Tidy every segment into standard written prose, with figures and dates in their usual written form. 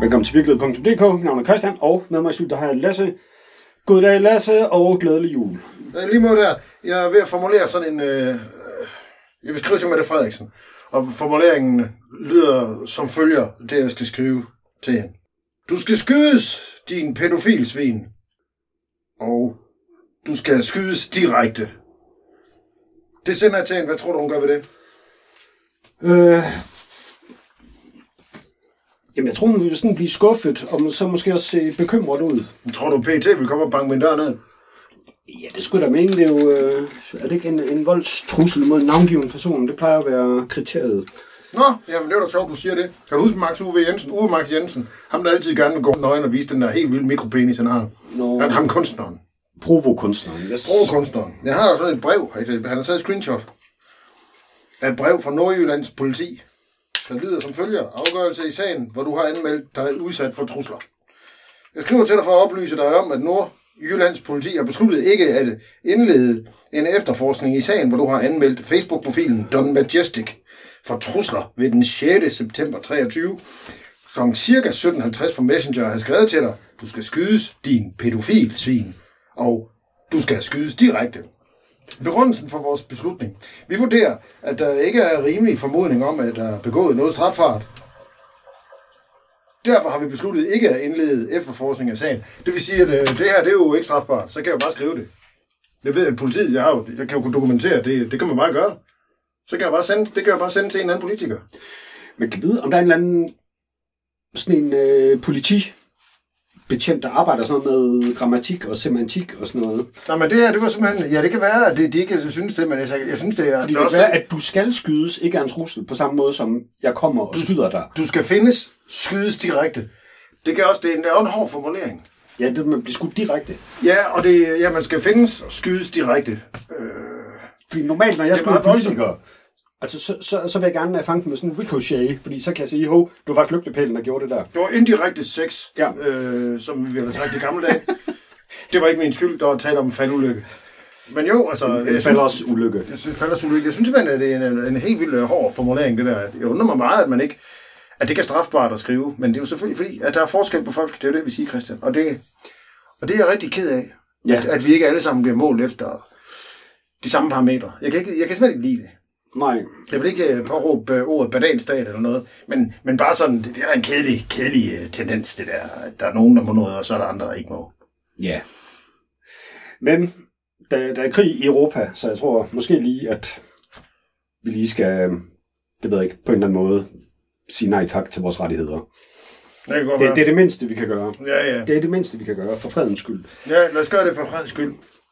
Velkommen til virkelighed.dk. Mit navn er Christian, og med mig i studiet har jeg Lasse. Goddag Lasse, og glædelig jul. Lige måde der, jeg er ved at formulere sådan en... jeg vil skrive til Mette Frederiksen, og formuleringen lyder som følger, det jeg skal skrive til hende. Du skal skydes, din pædofilsvin, og du skal skydes direkte. Det sender jeg til hende. Hvad tror du, hun gør ved det? Jamen, jeg tror, hun vil sådan blive skuffet, og så måske også se bekymret ud. Tror du, P.T. vil komme og banke min dør ned? Ja, det skulle da mene. Det er jo... er det ikke en voldstrussel mod en navngiven person? Det plejer at være kriteriet. Nå, jamen det var da sjovt, du siger det. Kan du huske Max Jensen? Ham, der altid gerne vil gå nøgen og vise den der helt vilde mikropenis, han har. Nå. Ham kunstneren. Provokunstneren. Yes. Provokunstneren. Jeg har sådan et brev. Han har taget et screenshot af et brev fra Nordjyllands politi, der lyder som følger. Afgørelse i sagen, hvor du har anmeldt dig udsat for trusler. Jeg skriver til dig for at oplyse dig om, at Nordjyllands politi har besluttet ikke at indlede en efterforskning i sagen, hvor du har anmeldt Facebook-profilen Don Majestic for trusler ved den 6. september 23. Kl. cirka 17.50 på Messenger har skrevet til dig, du skal skydes, din pædofilsvin, og du skal skydes direkte. Begrundelsen for vores beslutning. Vi vurderer, at der ikke er rimelig formodning om, at der er begået noget strafbart. Derfor har vi besluttet ikke at indlede efterforskning af sagen. Det vil sige, at det her det er jo ikke strafbart. Så kan jeg bare skrive det. Jeg ved, at politiet, jeg kan jo dokumentere, det kan man bare gøre. Så kan jeg bare sende til en anden politiker. Man kan vide, om der er en eller anden sådan en politibetjent, der arbejder sådan noget med grammatik og semantik og sådan noget. Nej, men det her, det var simpelthen... Ja, det kan være, at de ikke synes det, men jeg synes, det er... Fordi det kan være, at du skal skydes, ikke er en trussel, på samme måde som jeg kommer og skyder dig. Du skal findes, skydes direkte. Det kan også... Det er en hård formulering. Ja, det man bliver skudt direkte. Ja, og man skal findes og skydes direkte. Fordi normalt, når jeg skyder politikere, altså, så vil jeg gerne fange med sådan en ricochet, fordi så kan jeg sige, du var faktisk lygtepælen, der gjorde det der. Det var indirekte sex, ja. Som vi ville have sagt i gamle dage. Det var ikke min skyld, der var talt om en faldulykke. Men jo, altså... En faldersulykke. Jeg synes simpelthen, at det er en helt vildt hård formulering, det der. Jeg undrer mig meget, at det ikke er strafbart at skrive, men det er jo selvfølgelig fordi, at der er forskel på folk. Det er jo det, vi siger, Christian. Og det er jeg rigtig ked af, ja. At vi ikke alle sammen bliver målt efter de samme parametre. Jeg kan simpelthen ikke lide det. Nej. Jeg vil ikke påråbe ordet banalstat eller noget, men bare sådan, det er en kedelig tendens, det der. Der er nogen, der må noget, og så er der andre, der ikke må. Ja. Men der er krig i Europa, så jeg tror måske lige, at vi lige skal, det ved jeg ikke, på en eller anden måde sige nej tak til vores rettigheder. Det er det mindste, vi kan gøre. Ja. Det er det mindste, vi kan gøre for fredens skyld. Ja, lad os gøre det for fredens skyld.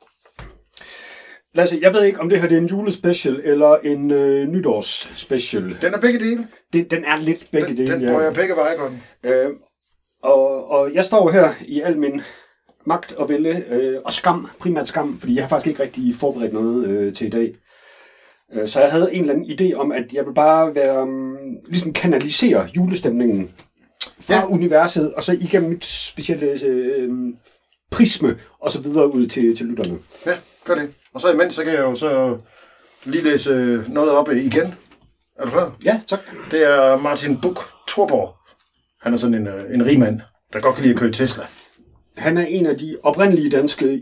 Lasse, jeg ved ikke, om det her det er en julespecial eller en nytårsspecial. Den er begge dele. Den er lidt begge dele, Den prøver jeg begge veje på den. Og jeg står her i al min magt og vælge, og skam, primært skam, fordi jeg har faktisk ikke rigtig forberedt noget til i dag. Så jeg havde en eller anden idé om, at jeg vil bare være, ligesom kanalisere julestemningen fra universet, og så igennem mit specielle prisme, og så videre ud til lytterne. Ja, gør det. Og så imens, så kan jeg jo så lige læse noget op igen. Er du klar? Ja, tak. Det er Martin Buch-Thorborg. Han er sådan en rig mand, der godt kan lide at køre Tesla. Han er en af de oprindelige danske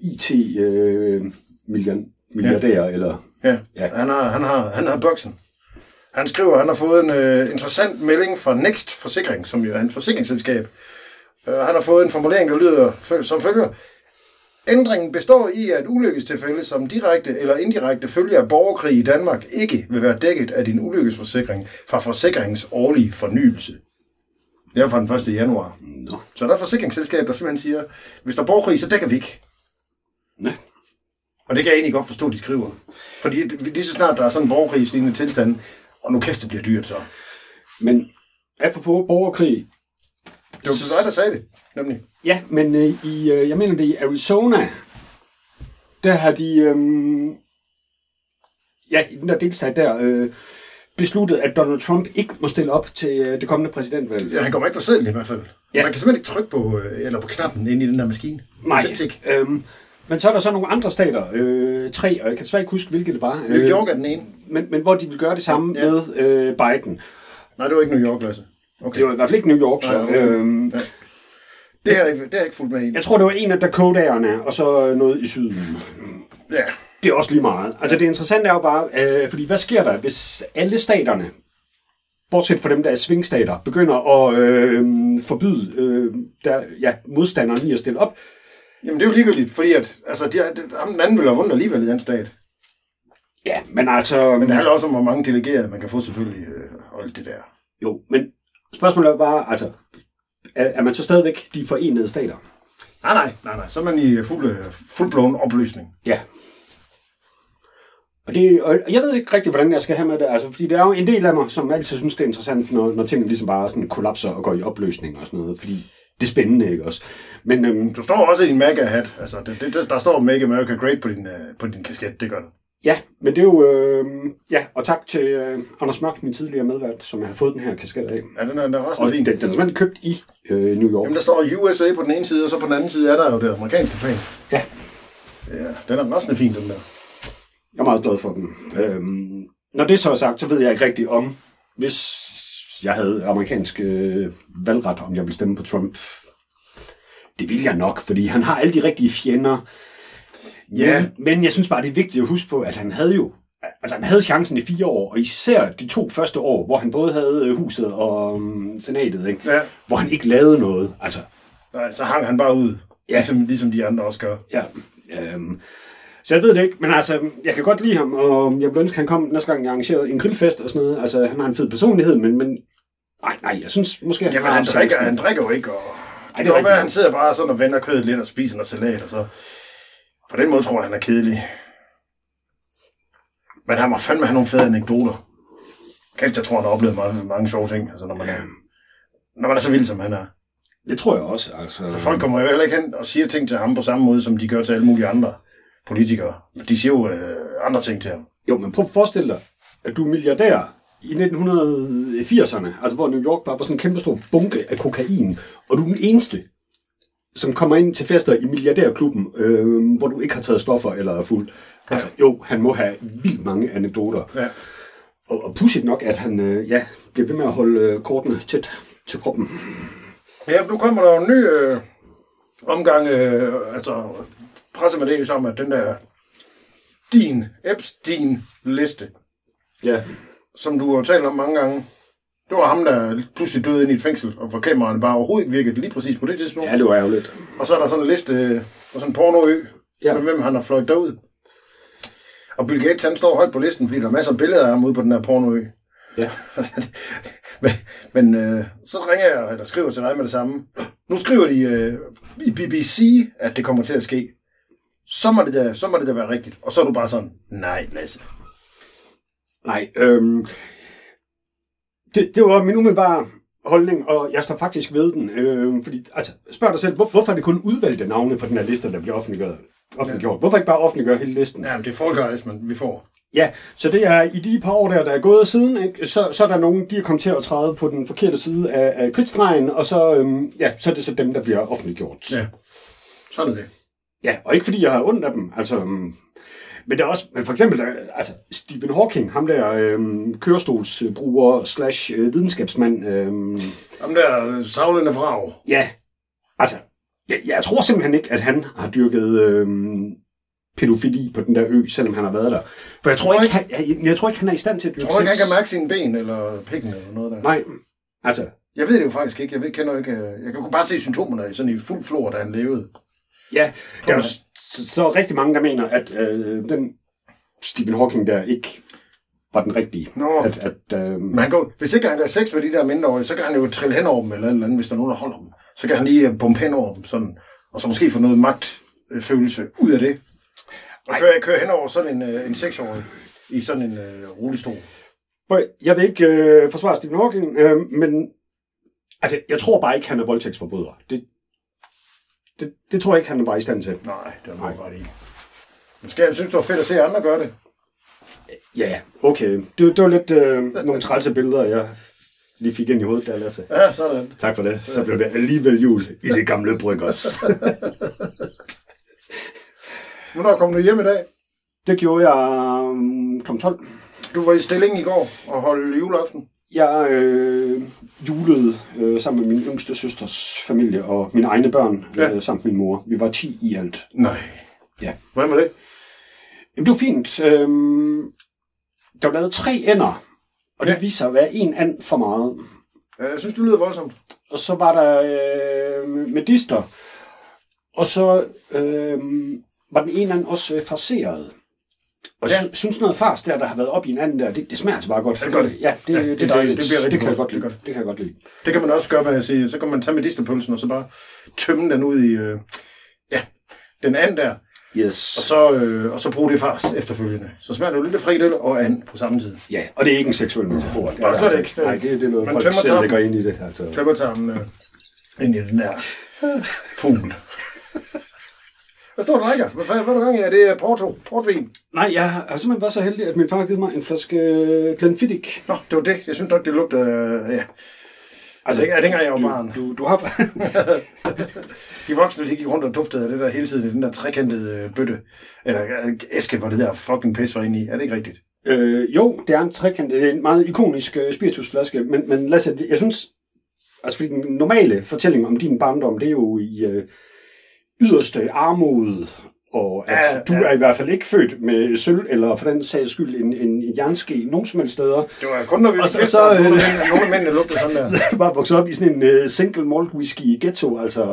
IT-milliardærer, eller... Ja. Han har boksen. Han skriver, at han har fået en interessant melding fra Next Forsikring, som jo er en forsikringsselskab. Han har fået en formulering, der lyder som følger. Ændringen består i, at ulykkestilfælde, som direkte eller indirekte følger af borgerkrig i Danmark, ikke vil være dækket af din ulykkesforsikring fra forsikringens årlige fornyelse. Det er fra den 1. januar. Nå. Så der er et forsikringsselskab, der simpelthen siger, hvis der er borgerkrig, så dækker vi ikke. Nej. Og det kan jeg egentlig godt forstå, de skriver. Fordi lige så snart der er sådan en borgerkrigslignende tilstand, og nu kæft, det bliver dyrt så. Men apropos borgerkrig... Det var dig, der sagde det, nemlig. Ja, men jeg mener det i Arizona, der har de, i den der delstat der, besluttet, at Donald Trump ikke må stille op til det kommende præsidentvalg. Ja, han kommer ikke på sedlen i hvert fald. Ja. Man kan simpelthen ikke trykke på knappen inde i den der maskine. Nej, men så er der så nogle andre stater, 3, og jeg kan svært ikke huske, hvilket det var. New York er den ene. Men hvor de vil gøre det samme med Biden. Nej, det var ikke New York, Lasse. Okay. Det var i hvert fald ikke New York, så... Nej, okay. Det har jeg ikke fulgt med i. Jeg tror, det var en af Dakotaerne, og så noget i syden. Ja. Det er også lige meget. Altså det interessante er jo bare, fordi hvad sker der, hvis alle staterne, bortset fra dem, der er svingstater, begynder at forbyde modstanderne i at stille op? Jamen det er jo ligegyldigt, fordi at, altså, den anden vil have vundet alligevel i den stat. Ja, men altså... Men det handler også om, hvor mange delegerede man kan få selvfølgelig, og alt det der. Jo, men spørgsmålet er bare, altså, er man så stadigvæk de forenede stater? Nej. Så er man i fuldblåen opløsning. Ja. Og jeg ved ikke rigtig, hvordan jeg skal have med det. Altså, fordi der er jo en del af mig, som altid synes, det er interessant, når tingene ligesom bare sådan kollapser og går i opløsning og sådan noget. Fordi det er spændende, ikke også? Men, du står også i din MAGA-hat. Altså, der står Make America Great på din kasket, det gør det. Ja, men det er jo... og tak til Anders Mørk, min tidligere medvært, som jeg har fået den her kasket af. Ja, den er også fin. Den er simpelthen købt i New York. Jamen, der står USA på den ene side, og så på den anden side er der jo det amerikanske flag. Ja. Ja, den er også fin, den der. Jeg er meget glad for den. Når det så er sagt, så ved jeg ikke rigtig om, hvis jeg havde amerikansk valgret, om jeg ville stemme på Trump. Det vil jeg nok, fordi han har alle de rigtige fjender. Ja. Men jeg synes bare, det er vigtigt at huske på, at han havde chancen i 4 år, og især de 2 første år, hvor han både havde huset og senatet, ikke? Ja. Hvor han ikke lavede noget. Altså, nej, så hang han bare ud, ja. ligesom de andre også gør. Ja, så jeg ved det ikke, men altså, jeg kan godt lide ham, og jeg ville ønske, at han kom næste gang, jeg arrangerede en grillfest og sådan noget. Altså, han har en fed personlighed, men nej, jeg synes måske, at han drikker jo ikke, og det kan være, at han sidder bare sådan og vender kødet lidt og spiser noget salat, og så på den måde tror jeg, han er kedelig. Men han må fandme have nogle fede anekdoter. Kæft, jeg tror, han har oplevet mange sjove ting, altså, når man er så vild, som han er. Det tror jeg også. Altså folk kommer jo heller ikke hen og siger ting til ham på samme måde, som de gør til alle mulige andre politikere. De siger jo andre ting til ham. Jo, men prøv at forestille dig, at du er milliardær i 1980'erne, altså hvor New York bare var sådan en kæmpestor bunke af kokain, og du er den eneste, som kommer ind til fester i milliardærklubben, hvor du ikke har taget stoffer eller er fuld. Altså, jo, han må have vildt mange anekdoter. Ja. Og pudsigt nok, at han bliver ved med at holde kortene tæt til kroppen. Ja, nu kommer der jo en ny omgang, pressemeddelelse om, at den der din Epstein-liste, som du har talt om mange gange, det var ham, der pludselig døde ind i et fængsel, og hvor kameraerne bare overhovedet ikke virkede lige præcis på det tidspunkt. Ja, det var ærgerligt. Og så er der sådan en liste på sådan en pornoø, med hvem han har fløjt derud. Og Bill Gates, han står højt på listen, fordi der er masser af billeder af ham ude på den her pornoø. Ja. men så ringer jeg, eller skriver til dig med det samme. Nu skriver de i BBC, at det kommer til at ske. Så må det da være rigtigt. Og så er du bare sådan, nej, Lasse. Nej, det var min umiddelbare holdning, og jeg står faktisk ved den. Fordi, altså, spørg dig selv, hvorfor er det kun udvalgte navne for den her liste, der bliver offentliggjort? Hvorfor ikke bare offentliggøre hele listen? Ja, det er folkerejsmen, vi får. Ja, så det er i de par år, der er gået siden, ikke? Så er der nogen, de er kommet til at træde på den forkerte side af kridtstregen, og så er det så dem, der bliver offentliggjort. Ja, sådan er det. Ja, og ikke fordi jeg har ondt af dem, altså... Men der er også, for eksempel, altså Stephen Hawking, ham der kørestolsbruger / videnskabsmand. Ham der savlende vrag. Ja, altså, jeg tror simpelthen ikke, at han har dyrket pædofili på den der ø, selvom han har været der. For jeg tror ikke, han er i stand til at dyrke sex. Tror du ikke, han kan mærke sine ben eller pikken eller noget der? Nej, altså... Jeg ved det jo faktisk ikke. Jeg kan bare se symptomerne sådan i fuld flor, da han levede. Ja, der er jo så rigtig mange, der mener, at den Stephen Hawking der ikke var den rigtige. Nå, men hvis ikke han har sex med de der mindreårige, så kan han jo trille hen over dem, eller andet, hvis der er nogen, der holder dem. Så kan han lige bombe hen over dem, sådan, og så måske få noget magtfølelse ud af det. Og køre hen over sådan en 6-årig i sådan en rullestol. Jeg vil ikke forsvare Stephen Hawking, men altså, jeg tror bare ikke, han er voldtægtsforbryder. Det tror jeg ikke, han er bare i stand til. Nej, det er nok ret i. Måske jeg synes, det var fedt at se andre gøre det. Ja, okay. Det var lidt nogle trælse billeder, jeg lige fik ind i hovedet der, Lasse. Ja, sådan. Tak for det. Så blev det alligevel jul i det gamle Bryggers. Hvornår kom du hjem i dag? Det gjorde jeg kl. 12. Du var i Stilling i går og holdt juleaften? Jeg julede sammen med min yngste søsters familie og mine egne børn sammen med min mor. Vi var 10 i alt. Nej. Ja. Hvordan var det? Jamen, det var fint. Der var lavet 3 ender, og det viser at være en and for meget. Jeg synes, du lyder voldsomt. Og så var der medister, og så var den ene and også farseret. Og jeg synes noget fars der har været op i en anden der, det smager altså bare godt. Det gør det. Ja, det er dejligt. Det kan jeg godt lide. Det kan jeg godt lide. Det kan man også gøre med at sige, så kan man tage medisterpølsen og så bare tømme den ud i den and der. Yes. Og så bruge det fars efterfølgende. Så smager det jo lidt af frikadelle og and på samme tid. Ja, og det er ikke en seksuel metafor. Det er slet ikke. Nej, det er noget, man folk selv lægger ind i det. Altså. Tømmer tarmen ind i den der fugl. Hvad står der drikker? Hvad er du gang i? Er det portvin? Nej, jeg har simpelthen været så heldig, at min far har givet mig en flaske Glenfiddich. Nå, det var det. Jeg synes nok, det lugtede... ja. Altså, ikke dengang jeg var barn. Du har... De voksne, de gik rundt og duftede af det der hele tiden, den der trekantede bøtte. Eller æske, hvor det der fucking pis var inde i. Er det ikke rigtigt? Jo, det er en trekant. Det er en meget ikonisk spiritusflaske. Men Lasse, jeg synes... Altså, fordi den normale fortælling om din barndom, det er jo i yderste armod, og at du er i hvert fald ikke født med sølv, eller for den sags skyld en jernske, nogen som helst steder. Det var kun, når vi fester, nogle af mændene lugtede sådan der. Så bare vokset op i sådan en single malt whisky i ghetto, altså...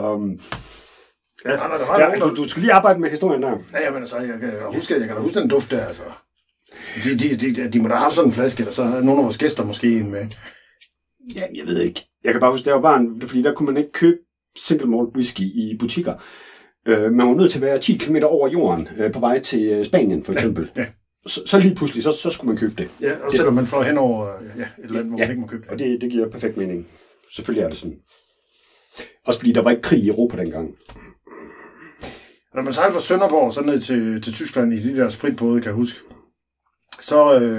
Du skal lige arbejde med historien der. Ja, men altså, jeg kan da huske den duft der, altså. De må da have sådan en flaske, eller så har nogle af vores gæster måske en med. Ja, jeg ved ikke. Jeg kan bare huske, det var bare fordi der kunne man ikke købe single malt whisky i butikker. Man var nødt til at være 10 km over jorden på vej til Spanien, for eksempel. Ja. Så lige pludselig, så skulle man købe det. Ja, og selvom man får hen over et land, hvor man ikke må købe det. Og det giver perfekt mening. Selvfølgelig er det sådan. Også fordi der var ikke krig i Europa dengang. Når man sejlede fra Sønderborg så ned til Tyskland i de der spritbåde, kan jeg huske, så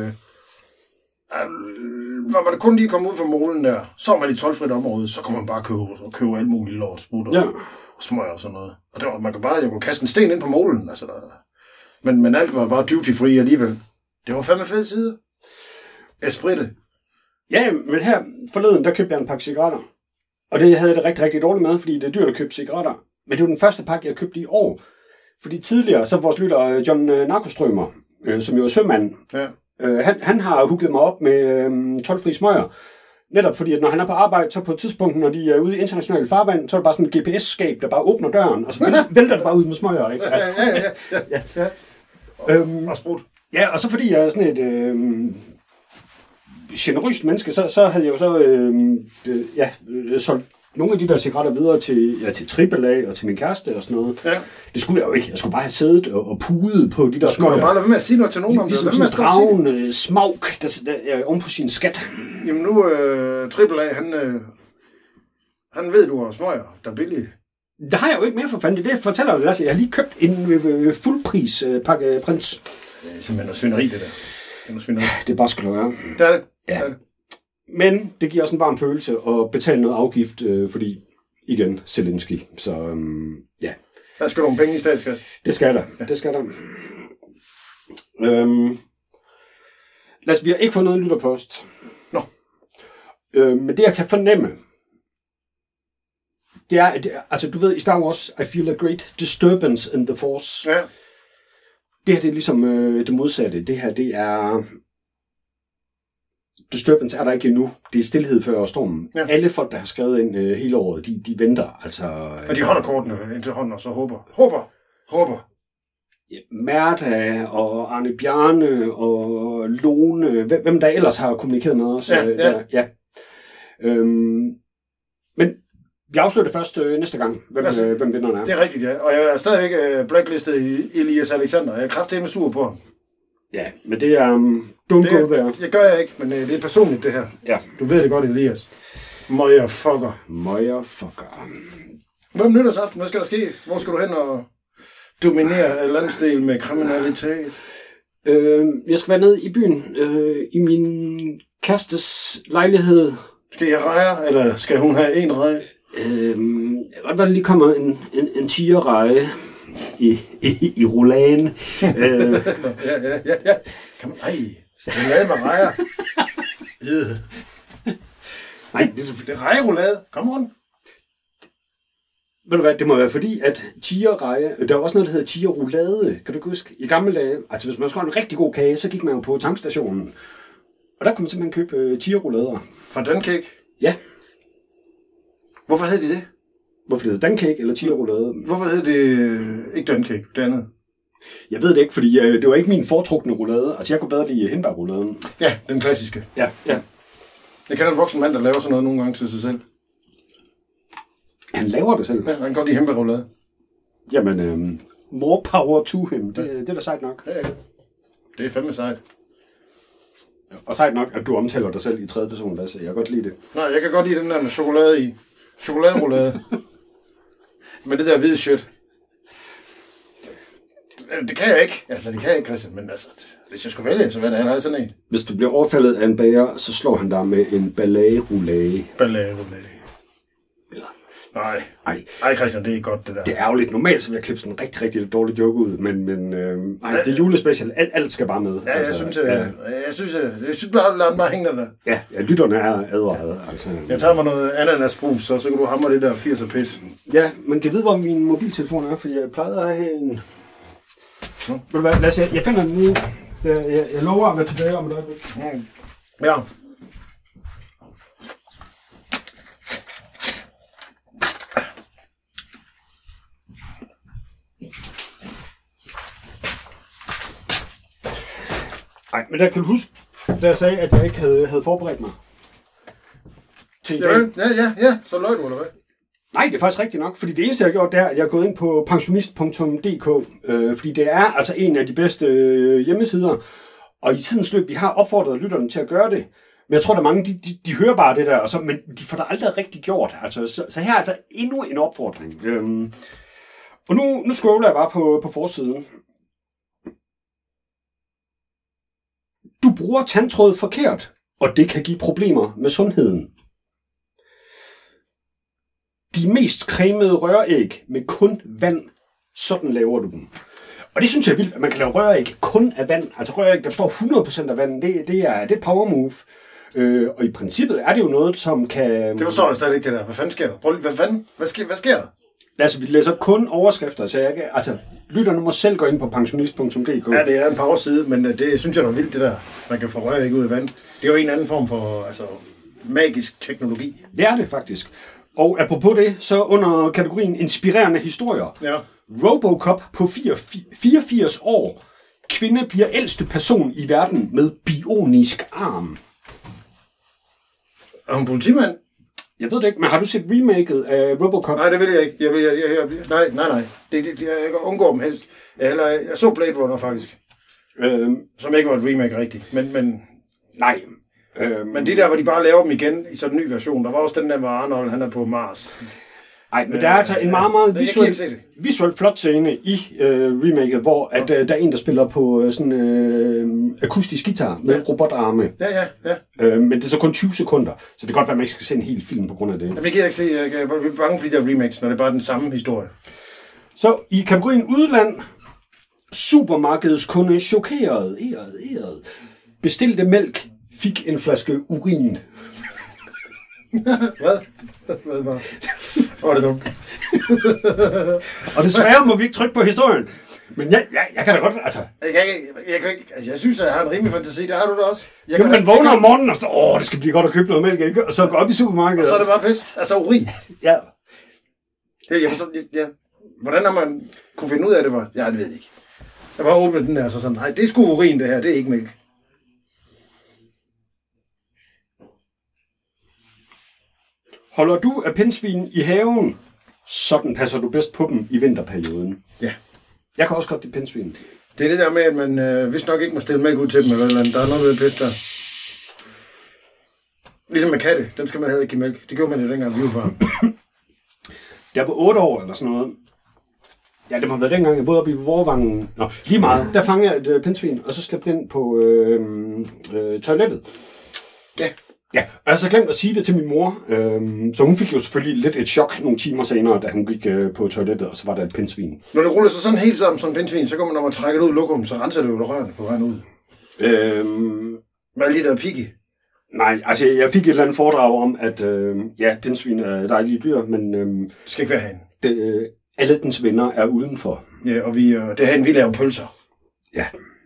var man kun lige kommet ud fra molen der, så var man i toldfrit område, så kunne man bare købe alt muligt lort, sprutter og smøger og sådan noget. Og det var, jeg kunne kaste en sten ind på molen, altså men alt var bare duty free alligevel. Det var fandme fede tider. Espritte. Ja, men her forleden, der købte jeg en pakke cigaretter. Og det havde jeg det rigtig, rigtig dårligt med, fordi det er dyrt at købe cigaretter. Men det var den første pakke, jeg købte i år. Fordi tidligere, så vores lytter John Narkostrømer, som jo er sømand, han har hooket mig op med toldfri smøger. Netop fordi, at når han er på arbejde, så på et tidspunkt, når de er ude i internationale farvand, så er det bare sådan et GPS-skab, der bare åbner døren, og så vælter det bare ud med smøger, ikke? Altså, og sprut. Ja, og så fordi jeg er sådan et generøst menneske, så havde jeg jo så solgt nogle af de der cigaretter videre til AAA og til min kæreste og sådan noget. Ja. Det skulle jeg jo ikke. Jeg skulle bare have siddet og pudet på de der smøger. Skulle du bare lade være med at sige noget til nogen om det? Ligesom sådan en dragen smag, der er oven på sin skat. Jamen nu, AAA, han ved, du har smøger, der er billige. Det har jeg jo ikke mere for fanden. Det fortæller jeg, Lasse. Jeg har lige købt en fuldpris pakke Prins. Det er simpelthen noget svineri, det der. Det er bare skløjere. Det er det. Ja. Det er det. Men det giver også en varm følelse at betale noget afgift, fordi, igen, Zelensky. Så ja. Der skal nogle penge i statskassen. Det skal der. Ja. Det skal der. Lad os, vi har ikke fået noget lytterpost. Nå. Men det, jeg kan fornemme, det er, altså du ved, i Star Wars, I feel a great disturbance in the force. Ja. Det her, det er ligesom det modsatte. Det her, det er... Disturbance er der ikke endnu. Det er stillhed før stormen. Ja. Alle folk, der har skrevet ind hele året, de venter. Altså, og de holder kortene ind til hånden, og så håber. Ja, Mærta og Arne Bjarne og Lone, hvem der ellers har kommunikeret med os. Ja. Men vi afslutter først næste gang, hvem vinderen er. Det er rigtigt, ja. Og jeg er stadigvæk blacklistet i Elias Alexander. Jeg er kraftedeme sur på ham. Ja, men det er... don't go there. Det gør jeg ikke, men det er personligt, det her. Ja. Du ved det godt, Elias. Motherfucker. Hvem nytårsaften? Hvad skal der ske? Hvor skal du hen og dominere landsdel med kriminalitet? Jeg skal være nede i byen. I min kærestes lejlighed. Skal jeg reje, eller skal hun have en reje? Jeg der lige kommer en tigerreje i Roland. Ja. Kan man... Ej, skal jeg lade mig rejer? Nej, det er rejeroulade. Kom on. Ved du hvad, det må være fordi, at tigerreje, der er også noget, der hedder tigerroulade, kan du huske? I gamle dage, altså hvis man skulle have en rigtig god kage, så gik man jo på tankstationen. Og der kunne man simpelthen købe tigerroulader. Fra Duncake? Ja. Hvorfor hed de det? Hvorfor det hedder Duncake eller tigerroulade? Hvorfor hed det ikke Duncake, det andet? Jeg ved det ikke, fordi det var ikke min foretrukne roulade. Altså jeg kunne bedre lide hindbærrouladen. Ja, den klassiske. Ja. Jeg kender en voksen mand, der laver sådan noget nogle gange til sig selv. Han laver det selv? Ja, han kan godt lide hindbærroulade. Jamen, more power to him. Det er da sejt nok. Ja. Det er fandme sejt. Og sejt nok, at du omtaler dig selv i tredje person, Lasse. Jeg kan godt lide det. Nej, jeg kan godt lide den der med chokolade i. Chokoladeroulade. Med det der hvide shit. Det kan jeg ikke. Altså, det kan jeg ikke, Christian. Men altså, hvis jeg skulle vælge, så hvad det er, sådan en. Hvis du bliver overfaldet af en bager, så slår han dig med en ballet-roulade. Ballet-roulade. Eller... Nej, Christian, det er godt, det der. Det er jo lidt normalt, så vil jeg klippe sådan en rigtig, rigtig dårlig joke ud. Men det er julespecial. Alt skal bare med. Ja, altså, jeg synes bare, lad den bare hænge der. Ja, lytterne er advaret. Altså. Jeg tager mig noget ananasbrus, så kan du hamre det der 80'er pis. Ja, man kan vide, hvor min mobiltelefon er, fordi jeg plejede at have en... Ved du hvad, Lasse, jeg finder den nu. Jeg lover at være tilbage om et øjeblik. Ja. Nej, men der kan du huske, da jeg sagde, at jeg ikke havde forberedt mig til i dag. Ja, så løg du, eller hvad? Nej, det er faktisk rigtigt nok, fordi det eneste, jeg har gjort, det er, at jeg er gået ind på pensionist.dk, fordi det er altså en af de bedste hjemmesider, og i tidens løb, vi har opfordret lytterne til at gøre det, men jeg tror, der er mange, de hører bare det der, men de får det aldrig rigtig gjort. Altså, så her er altså endnu en opfordring. Og nu scroller jeg bare på forsiden. Du bruger tandtråd forkert, og det kan give problemer med sundheden. De mest cremede røræg med kun vand, sådan laver du dem. Og det synes jeg er vildt, at man kan lave røræg kun af vand. Altså røræg, der står 100% af vand, det er et power move. Og i princippet er det jo noget, som kan... Det forstår jeg stadig ikke, det der. Hvad fanden sker der? Hvad sker der? Altså, vi læser kun overskrifter, så jeg kan... Altså, lytterne må selv gå ind på pensionist.dk. Ja, det er en powerside, men det synes jeg er vildt, det der. Man kan få røræg ud af vand. Det er jo en anden form for magisk teknologi. Det er det faktisk. Og apropos det, så under kategorien inspirerende historier. Ja. Robocop på 84 år. Kvinde bliver ældste person i verden med bionisk arm. Er hun politimand? Jeg ved det ikke, men har du set remaket af Robocop? Nej, det vil jeg ikke. Nej. Jeg undgår dem helst. Jeg så Blade Runner faktisk. Som ikke var et remake rigtigt. Men Nej. Men det der, hvor de bare laver dem igen i sådan en ny version. Der var også den der, hvor Arnold han er på Mars. Nej, men der er altså en meget visuelt flot scene i remaket, hvor at, der er en, der spiller på sådan akustisk guitar med robotarme. Ja. Men det er så kun 20 sekunder, så det kan godt være, at man ikke skal se en hel film på grund af det. Jeg kan ikke se, jeg er bange for de der remakes, når det er bare den samme historie. Så i kategorien udland, supermarkedskunde chokeret, bestilte mælk, fik en flaske urin. Hvad? Hvad var? Det er dumt. Og desværre må vi ikke trykke på historien. Men jeg kan da godt, altså... Jeg synes, at jeg har en rimelig fantasi. Det har du da også. Man vågner om morgenen og står, det skal blive godt at købe noget mælk, ikke? Og så går op i supermarkedet. Og så er det bare pis. Altså urin. Ja. Jeg forstår, hvordan har man kunne finde ud af det? Ja, det ved jeg ikke. Jeg bare åbnede den der, så sådan, nej, det er sgu urin det her, det er ikke mælk. Holder du af pindsvin i haven, sådan passer du bedst på dem i vinterperioden. Ja. Jeg kan også godt lide pindsvin. Det er det der med, at man vist nok ikke må stille mælk ud til dem, eller der er noget med det pisse der. Ligesom med katte, dem skal man heller ikke give mælk. Det gjorde man jo dengang, vi var barn. Der var 8 år eller sådan noget. Ja, det må have været dengang, jeg boede oppe i Vorvangen. Nå, lige meget. Der fangede jeg et pindsvin, og så slæbte den på toilettet. Ja. Ja, og jeg har så glemt at sige det til min mor. Så hun fik jo selvfølgelig lidt et chok nogle timer senere, da hun gik på toilettet, og så var der et pindsvin. Når det ruller sig sådan helt sammen som pindsvin, så kommer man, når man trækker det ud i lokum, så renser det jo rørene på vejen ud. Med alle de der pigge. Nej, altså jeg fik et eller andet foredrag om, at pindsvin er dejlige dyr, men Det skal ikke være han. Alle dens venner er udenfor. Ja, og det er han, vi laver pølser. Ja.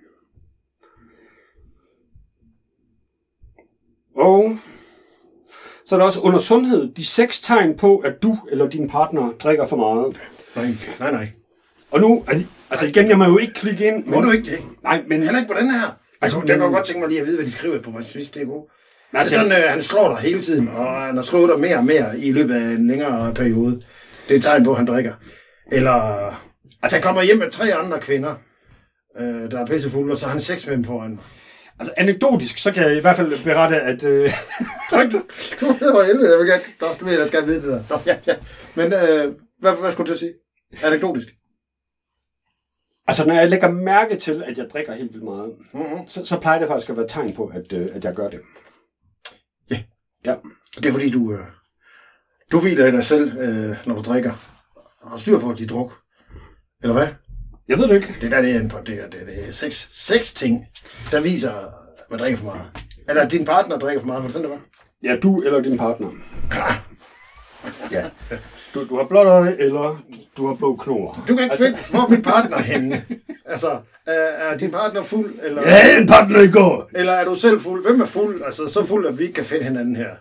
Og så er der også under sundhed de 6 tegn på, at du eller din partner drikker for meget. Nej. Og nu, altså igen, jeg må jo ikke klikke ind. Må du ikke det? Nej, men... Heller ikke på den her. Altså, der kan jeg godt tænke mig lige at vide, hvad de skriver på mig. Det er godt. Altså, det er sådan, han slår dig hele tiden, og han har slået dig mere og mere i løbet af en længere periode. Det er et tegn på, at han drikker. Eller... Altså, han kommer hjem med 3 andre kvinder, der er pissefulde, og så har han sex med dem foran mig. Altså, anekdotisk, så kan jeg i hvert fald berette, at... Det var helvede, jeg vil gerne... Nå, du ved, jeg skal vide det der. Nå, ja. Men, hvad skulle du til at sige? Anekdotisk? Altså, når jeg lægger mærke til, at jeg drikker helt vildt meget, så plejer det faktisk at være tegn på, at jeg gør det. Ja. Det er fordi, du hviler i dig selv, når du drikker. Og har styr på dit druk. Eller hvad? Jeg ved det ikke. Det er 6 ting, der viser, at man drikker for meget. Eller at din partner drikker for meget. Var det sådan, det var? Ja, du eller din partner. Ja. Du har blåt øje, eller du har blå knor. Du kan ikke finde, hvor min partner er henne. Altså, er din partner fuld? Eller... Ja, en partner i går. Eller er du selv fuld? Hvem er fuld? Altså, så fuld, at vi ikke kan finde hinanden her.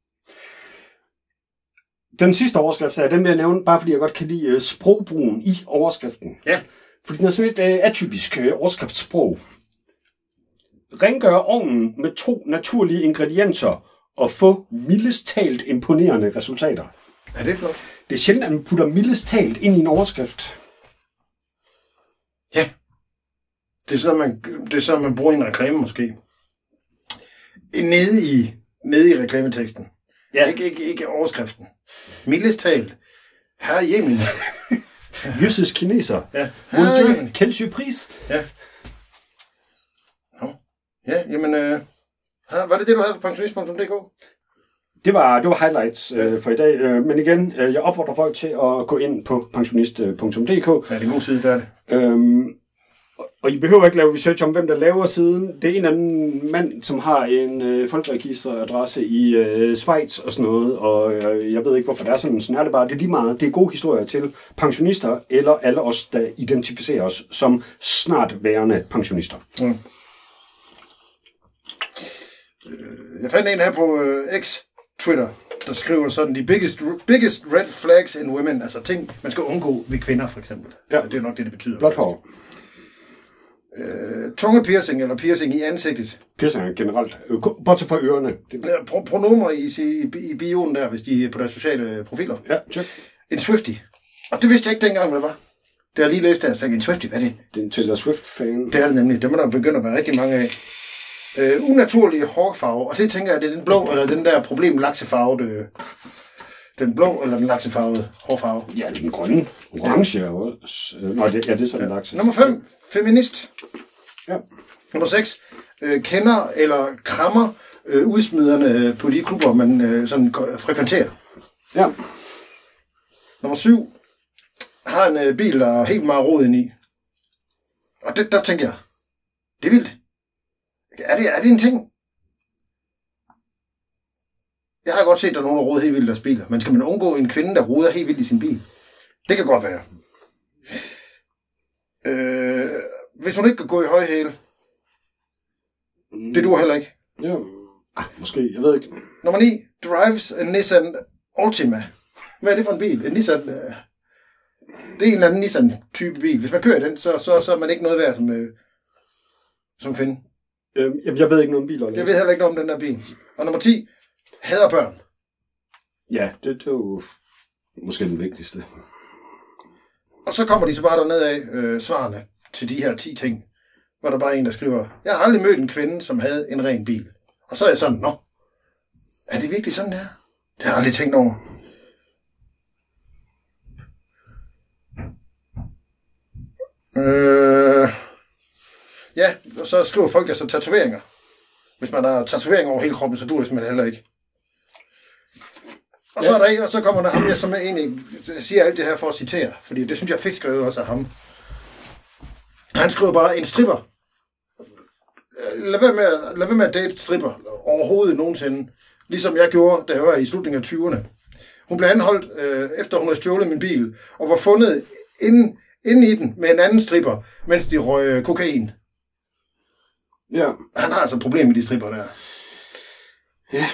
Den sidste overskrift her, den vil jeg nævne, bare fordi jeg godt kan lide sprogbrugen i overskriften. Ja. Fordi den er sådan et atypisk overskriftssprog. Rengør ovnen med 2 naturlige ingredienser og få mildest talt imponerende resultater. Er det flot? Det er sjældent, at man putter mildest talt ind i en overskrift. Ja. Det er sådan, man bruger en reklame måske. Nede i reklameteksten. Ja. Ikke overskriften. Mildest talt. Herre Jemen. Jøsses kineser. Ja. Mon Dieu, quelle surprise. Ja. Nå. Ja, jamen... var det du havde på pensionist.dk? Det var highlights for i dag. Men igen, jeg opfordrer folk til at gå ind på pensionist.dk. Ja, det er en god side, der er det. Og I behøver ikke lave research om, hvem der laver siden. Det er en anden mand, som har en folkeregisteradresse i Schweiz og sådan noget. Og jeg ved ikke, hvorfor der er sådan. Sådan er det bare. Det er lige meget. Det er gode historier til pensionister, eller alle os, der identificerer os som snart værende pensionister. Mm. Jeg fandt en her på X Twitter, der skriver sådan, de biggest red flags in women, altså ting, man skal undgå ved kvinder, for eksempel. Ja. Det er nok det betyder. Blåt hår. Tungepiercing eller piercing i ansigtet. Piercing er generelt. Bortset fra ørerne. Pronomer i bioen der, hvis de er på deres sociale profiler. Ja, check. En Swiftie. Og det vidste jeg ikke dengang, hvad det var. Det har jeg lige læst der, så en Swiftie, hvad er det? Det er en Taylor Swift-fan. Det er det nemlig. Dem er der begyndt at være rigtig mange af. Unaturlige hårfarve, og det tænker jeg, det er den blå, eller den der problem laksefarvede, den blå eller den laksefarvede hårfarve. Ja, den grønne. Orange også. Nå, det er sådan en lakse. Nummer 5, feminist. Ja. Nummer 6, kender eller krammer udsmiderne på de klubber, man sådan frekventerer. Ja. Nummer 7, har en bil, der er helt meget rod ind i. Og der tænker jeg, det er vildt. Er det en ting? Jeg har godt set, at der er nogen, der roder helt vildt i deres biler. Men skal man undgå en kvinde, der roder helt vildt i sin bil? Det kan godt være. Hvis hun ikke kan gå i høje hæle. Det duer heller ikke. Ja, måske. Jeg ved ikke. Nummer 9. Drives a Nissan Altima. Hvad er det for en bil? En Nissan... det er en eller anden Nissan-type bil. Hvis man kører den, så er man ikke noget værd som kvinde. Jeg ved ikke noget om biler. Jeg ved heller ikke noget om den der bil. Og nummer 10. Hader børn. Ja, det er jo måske den vigtigste. Og så kommer de så bare derned af svarene til de her 10 ting. Hvor der bare er en, der skriver, jeg har aldrig mødt en kvinde, som havde en ren bil. Og så er jeg sådan, nå, er det virkelig sådan der? Det har jeg aldrig tænkt over. Ja, og så skriver folk altså tatoveringer. Hvis man har tatoveringer over hele kroppen, så duer det simpelthen heller ikke. Og så er der ikke, og så kommer der ham, som egentlig siger alt det her for at citere, fordi det synes jeg fik skrevet også af ham. Han skriver bare, en stripper lad være med at date stripper overhovedet nogensinde. Ligesom jeg gjorde, da jeg var i slutningen af 20'erne. Hun blev anholdt, efter hun havde stjålet min bil, og var fundet inde i den med en anden stripper, mens de røg kokain. Ja. Han har altså et problem med de stripper der. Ja.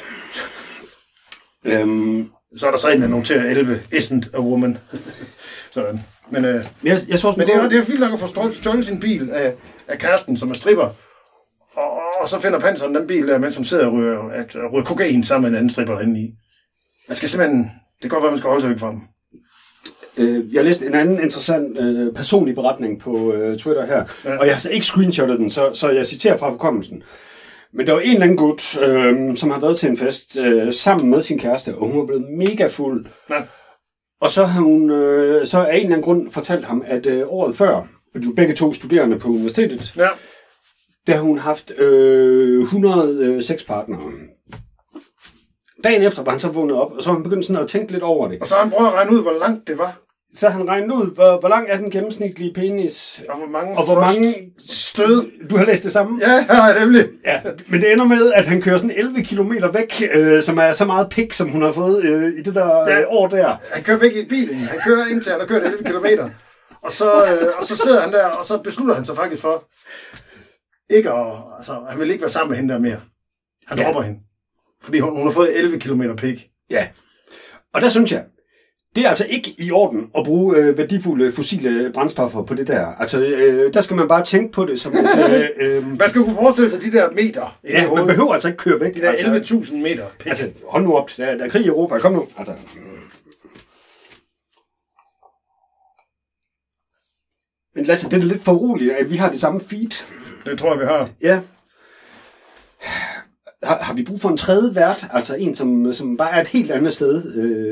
Så er der så en, der noterer 11. Isn't a woman. Sådan. Men, jeg så men det er fint nok at få stjålet sin bil af kæresten, som er stripper. Og så finder panseren den bil der, mens hun sidder og ryger kokain sammen med en anden stripper derinde i. Man skal simpelthen... Det kan godt være, man skal holde sig væk fra dem. Jeg læste en anden interessant personlig beretning på Twitter her, og jeg har så ikke screenshottet den, så jeg citerer fra hukommelsen. Men der var en eller anden gut, som har været til en fest sammen med sin kæreste, og hun var blevet mega fuld. Ja. Og så har hun så af en eller anden grund fortalt ham, at året før, og de var begge to studerende på universitetet, der har hun haft 100 sexpartnere. Dagen efter var han så vågnet op, og så har han begyndt sådan at tænke lidt over det. Og så har han prøvet at regne ud, hvor langt det var. Så har han regnet ud, hvor lang er den gennemsnitlige penis. Og hvor mange stød. Du har læst det samme? Ja, nemlig. Ja, men det ender med, at han kører sådan 11 kilometer væk, som er så meget pik, som hun har fået i det der år der. Han kører væk i bilen. Han kører indtil han har kørt 11 kilometer. Og så sidder han der, og så beslutter han sig faktisk for, ikke at, altså, han vil ikke være sammen med hende der mere. Han dropper hende. Fordi hun har fået 11 kilometer pik. Ja, og der synes jeg, det er altså ikke i orden at bruge værdifulde fossile brændstoffer på det der. Altså, der skal man bare tænke på det som... man skal jo kunne forestille sig de der meter. Ja, man behøver altså ikke køre væk. De der 11.000 meter pik. Altså, hold nu op. Der er krig i Europa. Kom nu. Altså. Men Lasse, det er lidt for uroligt, at vi har det samme feed. Det tror jeg, vi har. Ja. Har vi brug for en tredje vært? Altså en, som bare er et helt andet sted?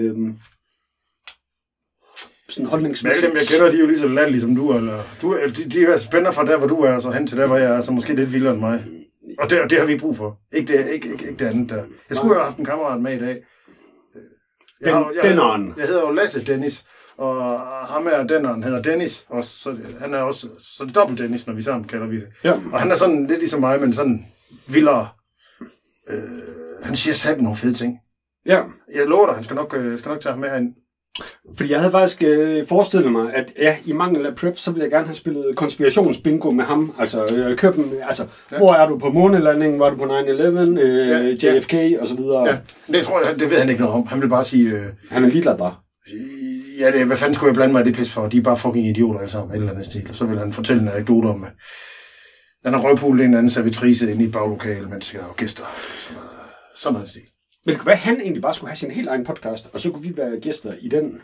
Sådan holdningsmæssigt. Men alle dem, jeg kender, de er jo lige så latterlige som du. Eller, de er spændende fra der, hvor du er, og så hen til der, hvor jeg er, så måske lidt vildere end mig. Og det har vi brug for. Ikke det andet der. Jeg skulle jo have haft en kammerat med i dag. Jeg hedder jo Lasse Dennis, og ham her, Denneren, hedder Dennis. Også, så han er også så det er dobbelt Dennis, når vi sammen kalder vi det. Ja. Og han er sådan lidt ligesom mig, men sådan vildere. Han siger sammen nogle fede ting. Ja. Jeg lover dig, han skal nok tage ham med herinde. Fordi jeg havde faktisk forestillet mig, at i mangel af prep, så ville jeg gerne have spillet konspirationsbingo med ham. Altså, køb dem, altså, hvor er du på månelandingen, var du på 9/11, JFK og så videre. Ja, det tror jeg, det ved han ikke noget om. Han vil bare sige... han er ligeglad bare. Ja, hvad fanden skulle jeg blande mig i det pis for? De er bare fucking idioter alle sammen, et eller andet stil. Og så vil han fortælle en anekdote om, at han har røgpullet en anden servitrice inde i et baglokale, mens jeg har gæster. Sådan noget stil. Men det kunne være, at han egentlig bare skulle have sin helt egen podcast, og så kunne vi være gæster i den.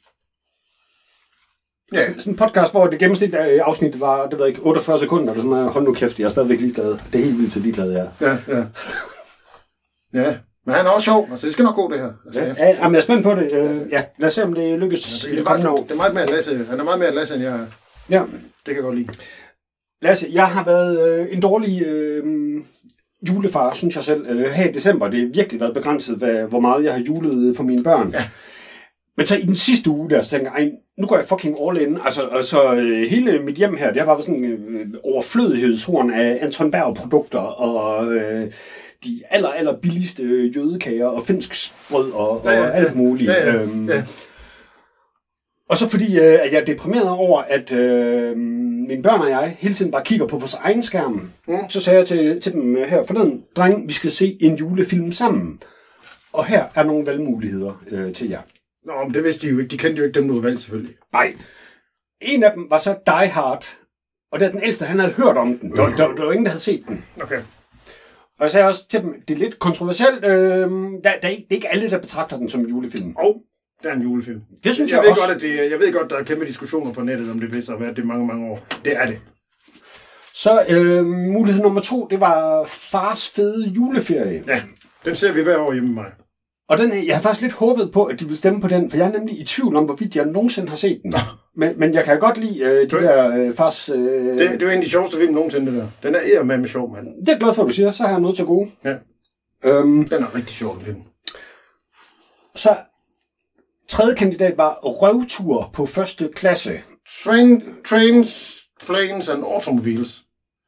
Ja. Sådan en podcast, hvor det gennemsnitlige afsnit var, det ved jeg ikke, 48 sekunder, eller sådan noget. Hold nu kæft, jeg er stadigvæk ligeglad. Det er helt vildt til ligeglad, jeg er. Ja. Ja, men han er også sjov, altså det skal nok gå det her. Altså, men jeg er spændt på det. Lad os se, om det lykkes. Det er meget mere Lasse. Han er meget mere Lasse, end jeg er. Ja. Det kan jeg godt lide. Lasse, jeg har været en dårlig julefar, synes jeg selv, her i december. Det har virkelig været begrænset, hvor meget jeg har julet for mine børn. Ja. Men så i den sidste uge, der tænker jeg, nu går jeg fucking all in. Altså hele mit hjem her, det har bare sådan en overflødighedshorn af Anton Berg-produkter, og de aller billigste jødekager, og finsk brød, og alt muligt. Ja. Og så fordi at jeg er deprimeret over, at mine børn og jeg hele tiden bare kigger på vores egen skærm, så sagde jeg til dem her forleden, dreng, vi skal se en julefilm sammen. Og her er nogle valgmuligheder til jer. Nå, men det vidste de jo ikke. De kendte jo ikke dem, du havde valgt, selvfølgelig. Nej. En af dem var så Die Hard, og det er den ældste, han havde hørt om den. Der var ingen, der havde set den. Okay. Og jeg sagde også til dem, det er lidt kontroversielt. Det er ikke alle, der betragter den som en julefilm. Det er en julefilm. Det synes jeg også. Jeg ved godt, der er kæmpe diskussioner på nettet, om det bedste har været det mange år. Det er det. Så mulighed nummer 2, det var Fars fede juleferie. Ja, den ser vi hver år hjemme med mig. Og jeg har faktisk lidt håbet på, at de vil stemme på den, for jeg er nemlig i tvivl om, hvorvidt jeg nogensinde har set den. Men jeg kan godt lide de der Fars... Det er jo en af de sjoveste film nogensinde, det der. Den er eddermame sjov, mand. Det er jeg glad for, at du siger. Så har jeg noget til gode. Ja. Den er rigtig sjov, den film. Så tredje kandidat var røvtur på første klasse. Trains, planes and automobiles.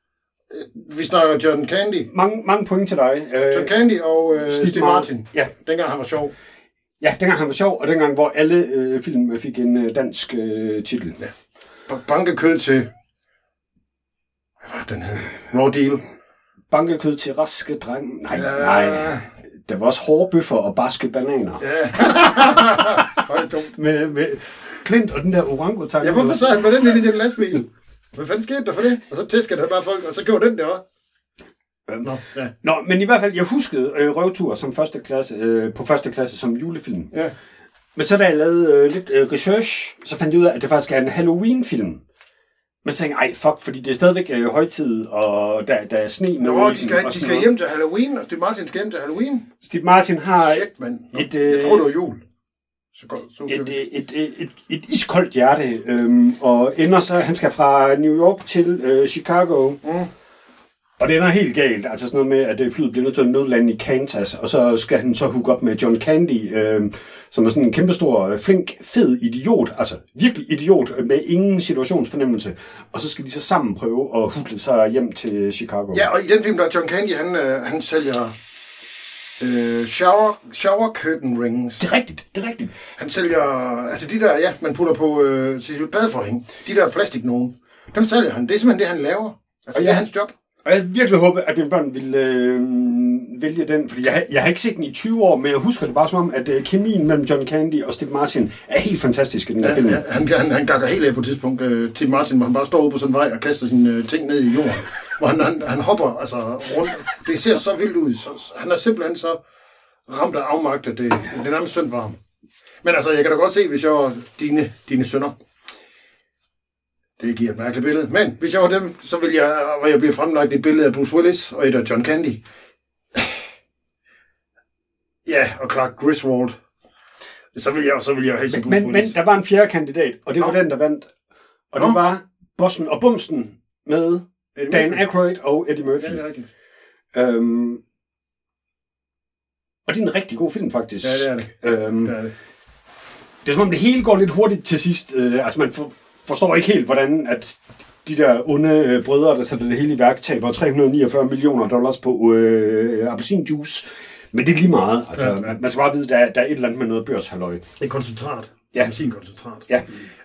Vi snakker John Candy. Mange point til dig. John Candy og Steve Martin. Ja. Dengang han var sjov. Ja, dengang han var sjov, og dengang, hvor alle film fik en dansk titel. Ja. Bankekød til... Hvad var den hed? Raw Deal. Bankekød til raske dreng. Nej. Der var også hårde bøffer og barske bananer. Ja. Det dumt. med Klint og den der orangutang. Ja, hvorfor sad han med den ind i den lastbil? Hvad fanden skete der for det? Og så tæskede han bare folk, og så gjorde den der også. Nå, men i hvert fald, jeg huskede Røvtur som første klasse, på første klasse som julefilm. Ja. Men så da jeg lavede lidt research, så fandt jeg ud af, at det faktisk er en Halloween-film. Men så tænkte jeg, fuck, fordi det er stadigvæk højtid, og der er sne med. Nå, de skal hjem til Halloween, og Steve Martin skal hjem til Halloween. Steve Martin har shit, man. Jeg tror, det var jul. Et iskoldt hjerte, og ender så, han skal fra New York til Chicago. Og det ender helt galt, altså sådan noget med, at flyet bliver nødt til at nødlande i Kansas, og så skal han så hooke op med John Candy, som er sådan en kæmpestor, flink, fed idiot, altså virkelig idiot, med ingen situationsfornemmelse, og så skal de så sammen prøve at hudle sig hjem til Chicago. Ja, og i den film, der er John Candy, han sælger shower curtain rings. Det er rigtigt. Han sælger, altså de der, man putter på badeforhæng, de der plastik nogen, dem sælger han, det er simpelthen det, han laver. Altså, det er hans job. Og jeg virkelig håber, at mine børn ville vælge den, fordi jeg har ikke set den i 20 år, men jeg husker det bare som om, at kemien mellem John Candy og Steve Martin er helt fantastisk i den der film. Ja, han gakker helt af på et tidspunkt. Steve Martin, hvor han bare står ude på sådan en vej og kaster sine ting ned i jorden. Hvor han hopper altså rundt. Det ser så vildt ud. Han er simpelthen så ramt af afmagt, at det er nærmest synd for ham. Men altså, jeg kan da godt se, hvis jeg var dine sønner. Det giver et mærkeligt billede. Men hvis jeg var dem, så ville jeg blive fremlagt et billede af Bruce Willis og et af John Candy. Ja, og Clark Griswold. Så vil jeg helst Bruce Willis. Men der var en fjerde kandidat, og det var den, der vandt. Og det var Bossen og Bumsen med Dan Aykroyd og Eddie Murphy. Ja, det er rigtigt. Og det er en rigtig god film, faktisk. Ja, det er det. Det er som om det hele går lidt hurtigt til sidst. Altså man forstår ikke helt, hvordan at de der onde brødre, der sætter det hele i værk, taber $349 million på appelsinjuice. Men det er lige meget. Altså, man skal bare vide, at der er et eller andet med noget børshalløj. Det er koncentrat. Ja. Appelsinkoncentrat. Ja.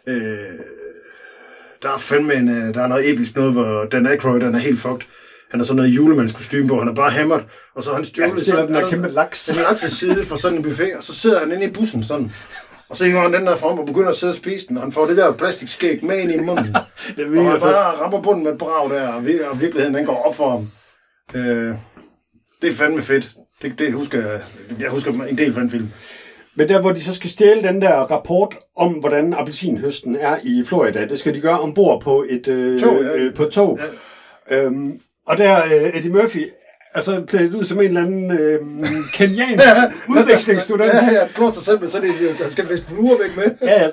Der er fandme der er noget episk noget, hvor Dan Aykroyd, han er helt fucked. Han har sådan noget julemandskostyme på, han er bare hammered, og så har han stjålet sådan den der kæmpe laks. Den laks side for sådan en buffet, og så sidder han inde i bussen sådan. Og så hiver han den der frem og begynder at sidde og spise den, og han får det der plastikskæg med ind i munden. Og han bare rammer bunden med et brag der, og virkeligheden den går op for ham. Det er fandme fedt. Det husker jeg husker en del fra den film. Men der, hvor de så skal stjæle den der rapport om, hvordan appelsinhøsten er i Florida, det skal de gøre ombord på et tog. Ja. Og der Eddie Murphy, altså klædt ud som en eller anden kenyansk udvekslingsstudent. Ja, det slår sig selv med sådan en, han skal vist fluer væk med. Ja,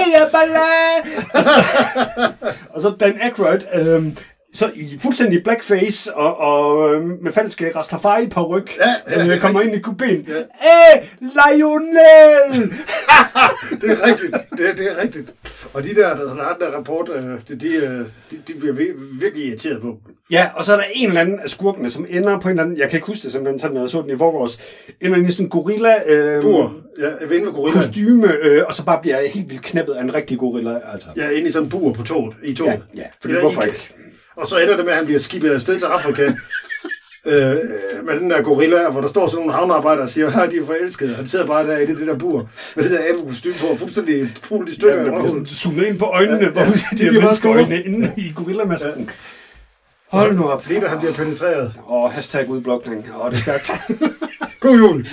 og så Dan Aykroyd, så i fuldstændig blackface og med falske Rastafari-paryk, kommer ind i kupéen. Lionel! Det er rigtigt. Det er rigtigt. Og de der har den der rapport, de bliver virkelig irriteret på. Ja, og så er der en eller anden af skurkene, som ender på en eller anden, jeg kan ikke huske det simpelthen, sådan jeg så den i forgårs, ender i sådan en gorilla kostyme, og så bare bliver helt vildt knæppet af en rigtig gorilla. Altså. Ja, inde i sådan en bur på toget. Ja, fordi hvorfor ikke? Og så ender det med, at han bliver skibet afsted til Afrika med den der gorilla, hvor der står sådan nogle havnearbejdere og siger, at de er forelskede. Han sidder bare der i det der bur med det der abekostyme på, og fuldstændig pult i stykker. Ja, man bliver zoomet ind på øjnene, hvor man ser de her menneskeøjne inde i gorillamasken. Ja. Hold nu op. Lige da han bliver penetreret. Hashtag udblokning. Det er stærkt. God jul.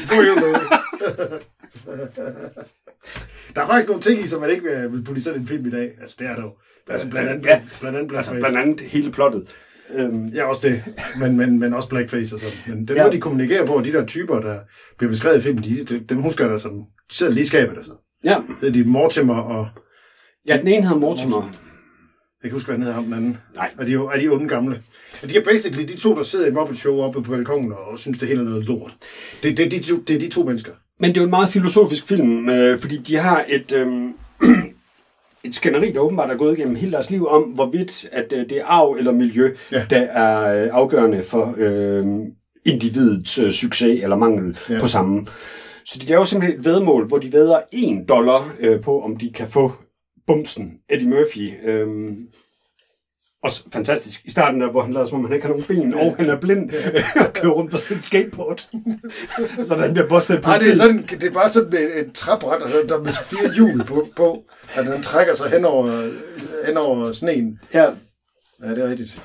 Der er faktisk nogle ting i, som man ikke vil putte i sådan en film i dag. Altså, det er der jo. Altså, blandt andet hele plottet. Ja, også det. Men også blackface og sådan. Men den måde, de kommunikerer på, de der typer, der bliver beskrevet i filmen, dem husker der sådan. De sidder lige i skabet, altså. Ja. Det er de Mortimer og... Ja, den ene hedder Mortimer. Jeg kan huske, hvad den hedder ham den anden. Nej. Er de unge gamle. Og de er basically de to, der sidder i Muppet Show oppe på balkongen og synes, det hele er noget lort. Det er de to mennesker. Men det er jo en meget filosofisk film, fordi de har et skænderi, der åbenbart er gået igennem hele deres liv om, hvorvidt at det er arv eller miljø, der er afgørende for individets succes eller mangel på samme. Så det er jo simpelthen et væddemål, hvor de vædder $1 på, om de kan få bumsen Eddie Murphy. Også fantastisk. I starten der, hvor han lader som om han ikke har nogen ben, og han er blind, og kører rundt på sådan et skateboard. Så han bliver bustet på tid. Det er bare sådan et træbræt, der med 4 hjul på, at han trækker sig hen over sneen. Ja, det er rigtigt.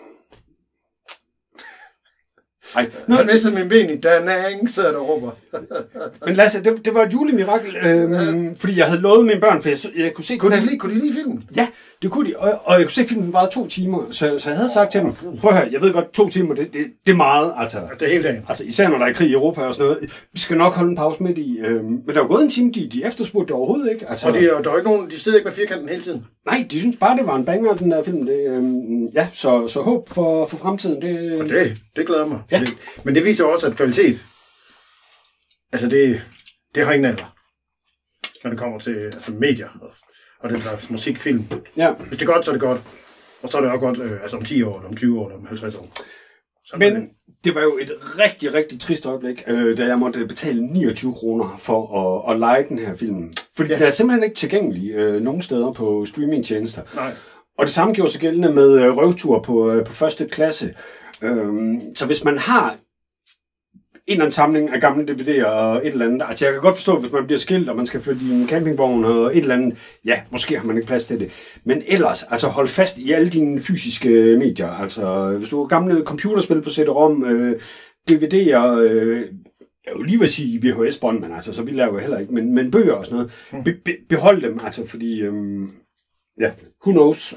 Ej. Han mistede min ben i Danang, sidder der og råber. Men Lasse, det var et julemirakel, fordi jeg havde lovet mine børn, for jeg kunne se... Kunne de lide filmen? Ja, det kunne de, og jeg kunne se, at filmen varede 2 timer, så jeg havde sagt til dem, prøv her, jeg ved godt, 2 timer, det er meget, altså. Det er hele dagen. Altså, især når der er krig i Europa og sådan noget. Vi skal nok holde en pause midt i, men der var gået en time, de efterspurgte det overhovedet ikke. Altså, og der var ikke nogen, de sidder ikke med firkanten hele tiden? Nej, de synes bare, det var en banger, den der film. Det, så håb for fremtiden. Det glæder mig. Ja. Men det viser også, at kvalitet, altså det har ingen alder, når det kommer til medier og den slags musikfilm. Ja. Hvis det er godt, så er det godt. Og så er det også godt om 10 år, eller om 20 år, eller om 50 år. Men det var jo et rigtig, rigtig trist øjeblik, da jeg måtte betale 29 kroner for at lege den her film. Fordi der er simpelthen ikke tilgængelig nogen steder på streamingtjenester. Nej. Og det samme gjorde sig gældende med røvtur på første klasse. Så hvis man har en eller anden samling af gamle DVD'er og et eller andet, altså jeg kan godt forstå, hvis man bliver skilt, og man skal flytte i en campingvogn og et eller andet, ja, måske har man ikke plads til det. Men ellers, altså hold fast i alle dine fysiske medier. Altså hvis du har gamle computerspil på CD-ROM, DVD'er, jeg vil lige vil sige VHS-bånd, men altså så vil jeg jo heller ikke, men bøger og sådan noget, behold dem, altså fordi, who knows.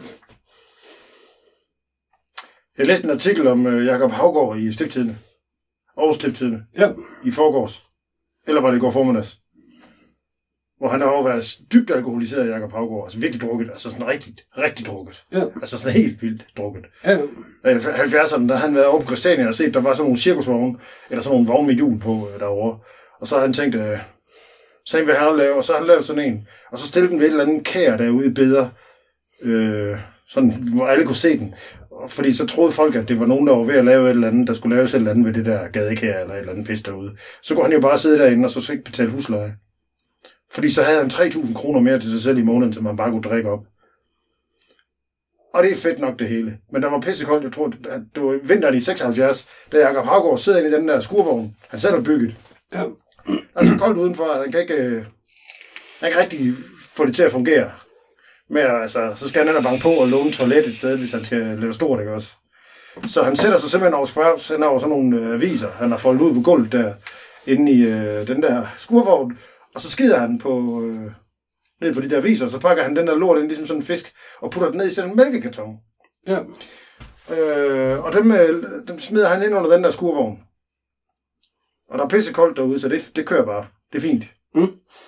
Jeg læste en artikel om Jakob Haugaard i Stiftstidende. Aarhus Stiftstidende. Ja. I forgårs. Eller var det i går formiddags? Hvor han har jo været dybt alkoholiseret, Jakob Haugaard. Altså virkelig drukket. Altså sådan rigtig drukket. Ja. Altså sådan helt vildt drukket. Ja. 70'erne, der han været over på Christiania og set, der var sådan nogle cirkusvogne, eller sådan nogle vogne med hjul på derovre. Og så havde han tænkt, sådan vil han lave, og så har han lavet sådan en. Og så stillede den ved et eller andet kær derude i Beder. Sådan, hvor alle kunne se den. Fordi så troede folk, at det var nogen, der var ved at lave et eller andet, der skulle laves et eller andet ved det der gadekær, eller et eller andet pis derude. Så kunne han jo bare sidde derinde, og så ikke betale husleje. Fordi så havde han 3.000 kroner mere til sig selv i måneden, som han bare kunne drikke op. Og det er fedt nok det hele. Men der var pissekoldt, jeg tror, at det var vinteren i 76, da Jakob Haugaard sidder inde i den der skurvogn. Han selv har bygget. Ja. Altså koldt udenfor, at han kan ikke rigtig få det til at fungere. Men altså, så skal han ind og banke på og låne toilet et sted, hvis han skal lave stort, ikke også? Så han sætter sig simpelthen over skværvs, hen over sådan nogle aviser, han har foldet ud på gulvet der, inde i den der skurvogn, og så skider han på, ned på de der aviser, og så pakker han den der lort ind, ligesom sådan en fisk, og putter den ned i sådan en mælkekarton. Ja. Og dem smider han ind under den der skurvogn. Og der er pissekoldt derude, så det kører bare. Det er fint. Mm.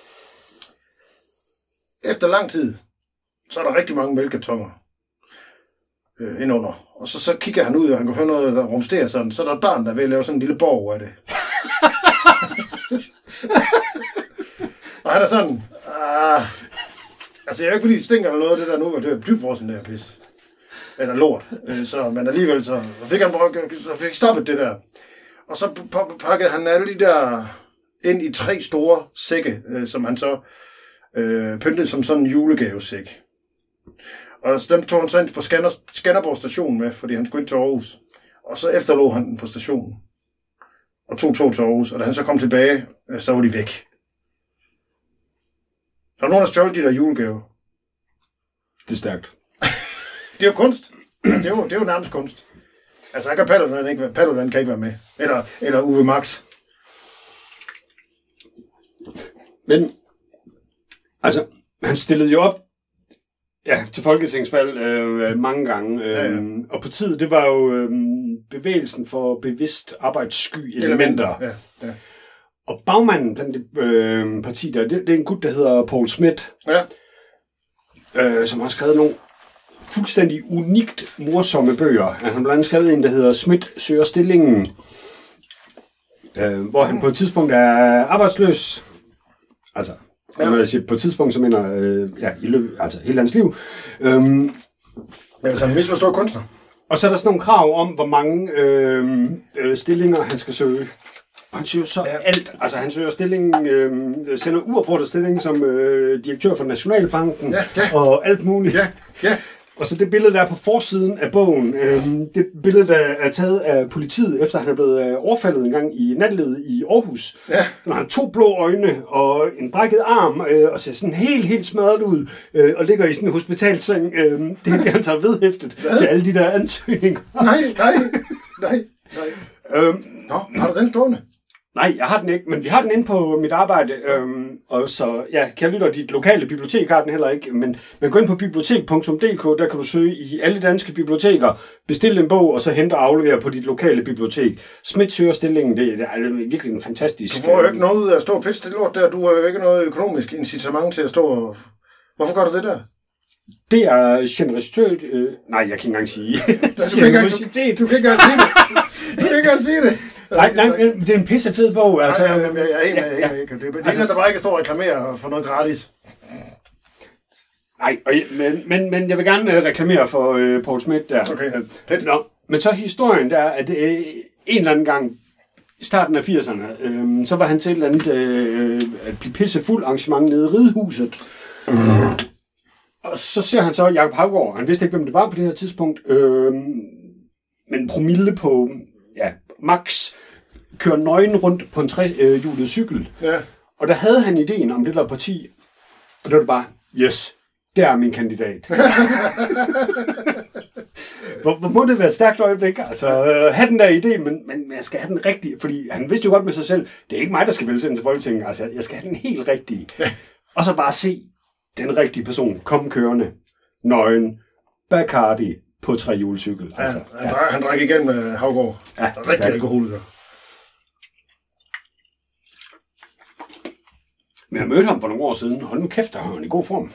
Efter lang tid, så er der rigtig mange mælketonger indunder. Og så kigger han ud, og han kan høre noget, der rumsterer sådan. Så er der Dan, der vil lave sådan en lille borg af det. Og han er sådan, altså jeg er ikke fordi det stinker eller noget, det der nu, og det er dybfrossen der pis. Eller lort. Men alligevel så fik stoppet det der. Og så pakkede han alle de der ind i 3 store sække, som han så pyntede som sådan en julegavesæk. Og dem tog han så ind på Skanderborg station med, fordi han skulle ind til Aarhus. Og så efterlod han den på stationen. Og tog til Aarhus. Og da han så kom tilbage, så var de væk. Der var nogen, der stjålet de der julegave. Det er stærkt. Det er jo kunst. Det er jo nærmest kunst. Altså, her kan Paludan kan ikke være med. Eller Uwe Max. Men, altså, han stillede jo op til folketingsvalg mange gange. Og på tid, det var jo bevægelsen for bevidst arbejdssky elementer. Ja. Og bagmanden blandt det parti der, det er en gut, der hedder Poul Schmidt. Ja. Som har skrevet nogle fuldstændig unikt morsomme bøger. Han har blandt andet skrevet en, der hedder Schmidt søger stillingen. Hvor han på et tidspunkt er arbejdsløs. Altså, Og når jeg siger på et tidspunkt, så mener i løbet, altså hele hans liv. Altså en misforstået kunstner. Og så er der sådan nogle krav om, hvor mange stillinger han skal søge. Og han søger så alt. Altså han søger stillingen, sender uafbrudt stilling som direktør for Nationalbanken og alt muligt. Ja. Og så det billede, der er på forsiden af bogen, det billede, der er taget af politiet, efter han er blevet overfaldet en gang i nattelivet i Aarhus. Ja. Når han har 2 blå øjne og en brækket arm, og ser sådan helt smadret ud, og ligger i sådan en hospitalseng. Det er det, han tager vedhæftet til alle de der ansøgninger. Nej. Har du den stående? Nej, jeg har den ikke, men vi har den inde på mit arbejde, og så, kære lytter, dit lokale bibliotek har den heller ikke, men gå ind på bibliotek.dk, der kan du søge i alle danske biblioteker, bestille en bog, og så hente og aflevere på dit lokale bibliotek. Smidts Hørestillingen, det er virkelig en fantastisk... Du får jo ikke noget ud af at stå og pisse det lort der, du har jo ikke noget økonomisk incitament til at stå og... Hvorfor gør du det der? Det er generøsitet... nej, jeg kan ikke engang sige... generøsitet! Du kan ikke engang sige det! Nej, det er en pissefed bog. Altså. Jeg er enig. Det er der bare ikke står og reklamere for noget gratis. Nej, men jeg vil gerne reklamere for Poul Schmidt der. Okay, men så historien der, at en eller anden gang i starten af 80'erne, så var han til et eller andet at blive pissefuld arrangement nede i Ridehuset. Og så ser han så Jacob Haugaard. Han vidste ikke, hvem det var på det her tidspunkt. Men promille på... Max kører nøgen rundt på en trehjulet cykel. Ja. Og der havde han ideen om det der parti, og det var det bare, yes, det er min kandidat. hvor må det være et stærkt øjeblik? Altså, have den der idé, men jeg skal have den rigtige, fordi han vidste jo godt med sig selv, det er ikke mig, der skal vælges ind til Folketinget, altså, jeg skal have den helt rigtige. Ja. Og så bare se den rigtige person komme kørende, nøgen, Bacardi, på trehjulscykel. Altså, han drak igen med Haugaard. Ja, der er rigtig alkoholiker. Men jeg mødte ham for nogle år siden. Hold nu kæft, der har han i god form.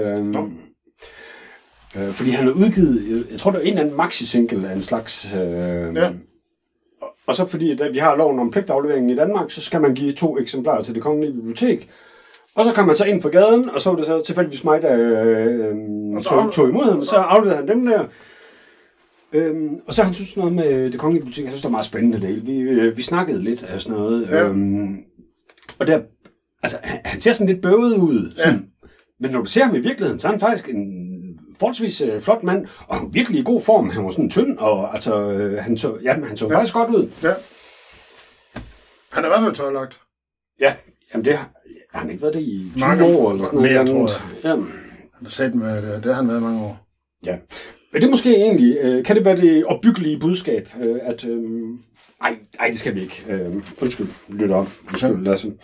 Fordi han har udgivet, jeg tror, det er en eller anden maxi-single af en slags... Og så fordi vi har loven om pligtafleveringen i Danmark, så skal man give 2 eksemplarer til Det Kongelige Bibliotek. Og så kom man så ind fra gaden, og så var det så tilfældigvis mig, der tog imod ham. Så afleverede han dem der. Og så han synes noget med Det Kongelige Bibliotek, jeg synes, det var meget spændende det. Vi snakkede lidt af sådan noget. Ja. Og der, altså, han ser sådan lidt bøvet ud. Sådan. Ja. Men når du ser ham i virkeligheden, så er han faktisk en forholdsvis flot mand, og virkelig i god form. Han var sådan tynd, og altså, han så faktisk godt ud. Ja. Han er i hvert fald tørlagt. Ja, jamen det har han ikke været det i 20 år eller sådan noget. Mere, tror jeg. Ja. Det har han været i mange år. Ja. Men det er måske egentlig, kan det være det opbyggelige budskab, at, ej, det skal vi ikke. Undskyld, lytter op. Undskyld, lad os.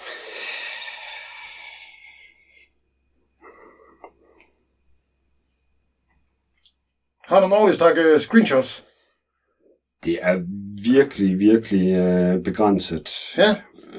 Har du en ordentlig stak screenshots? Det er virkelig begrænset. Ja.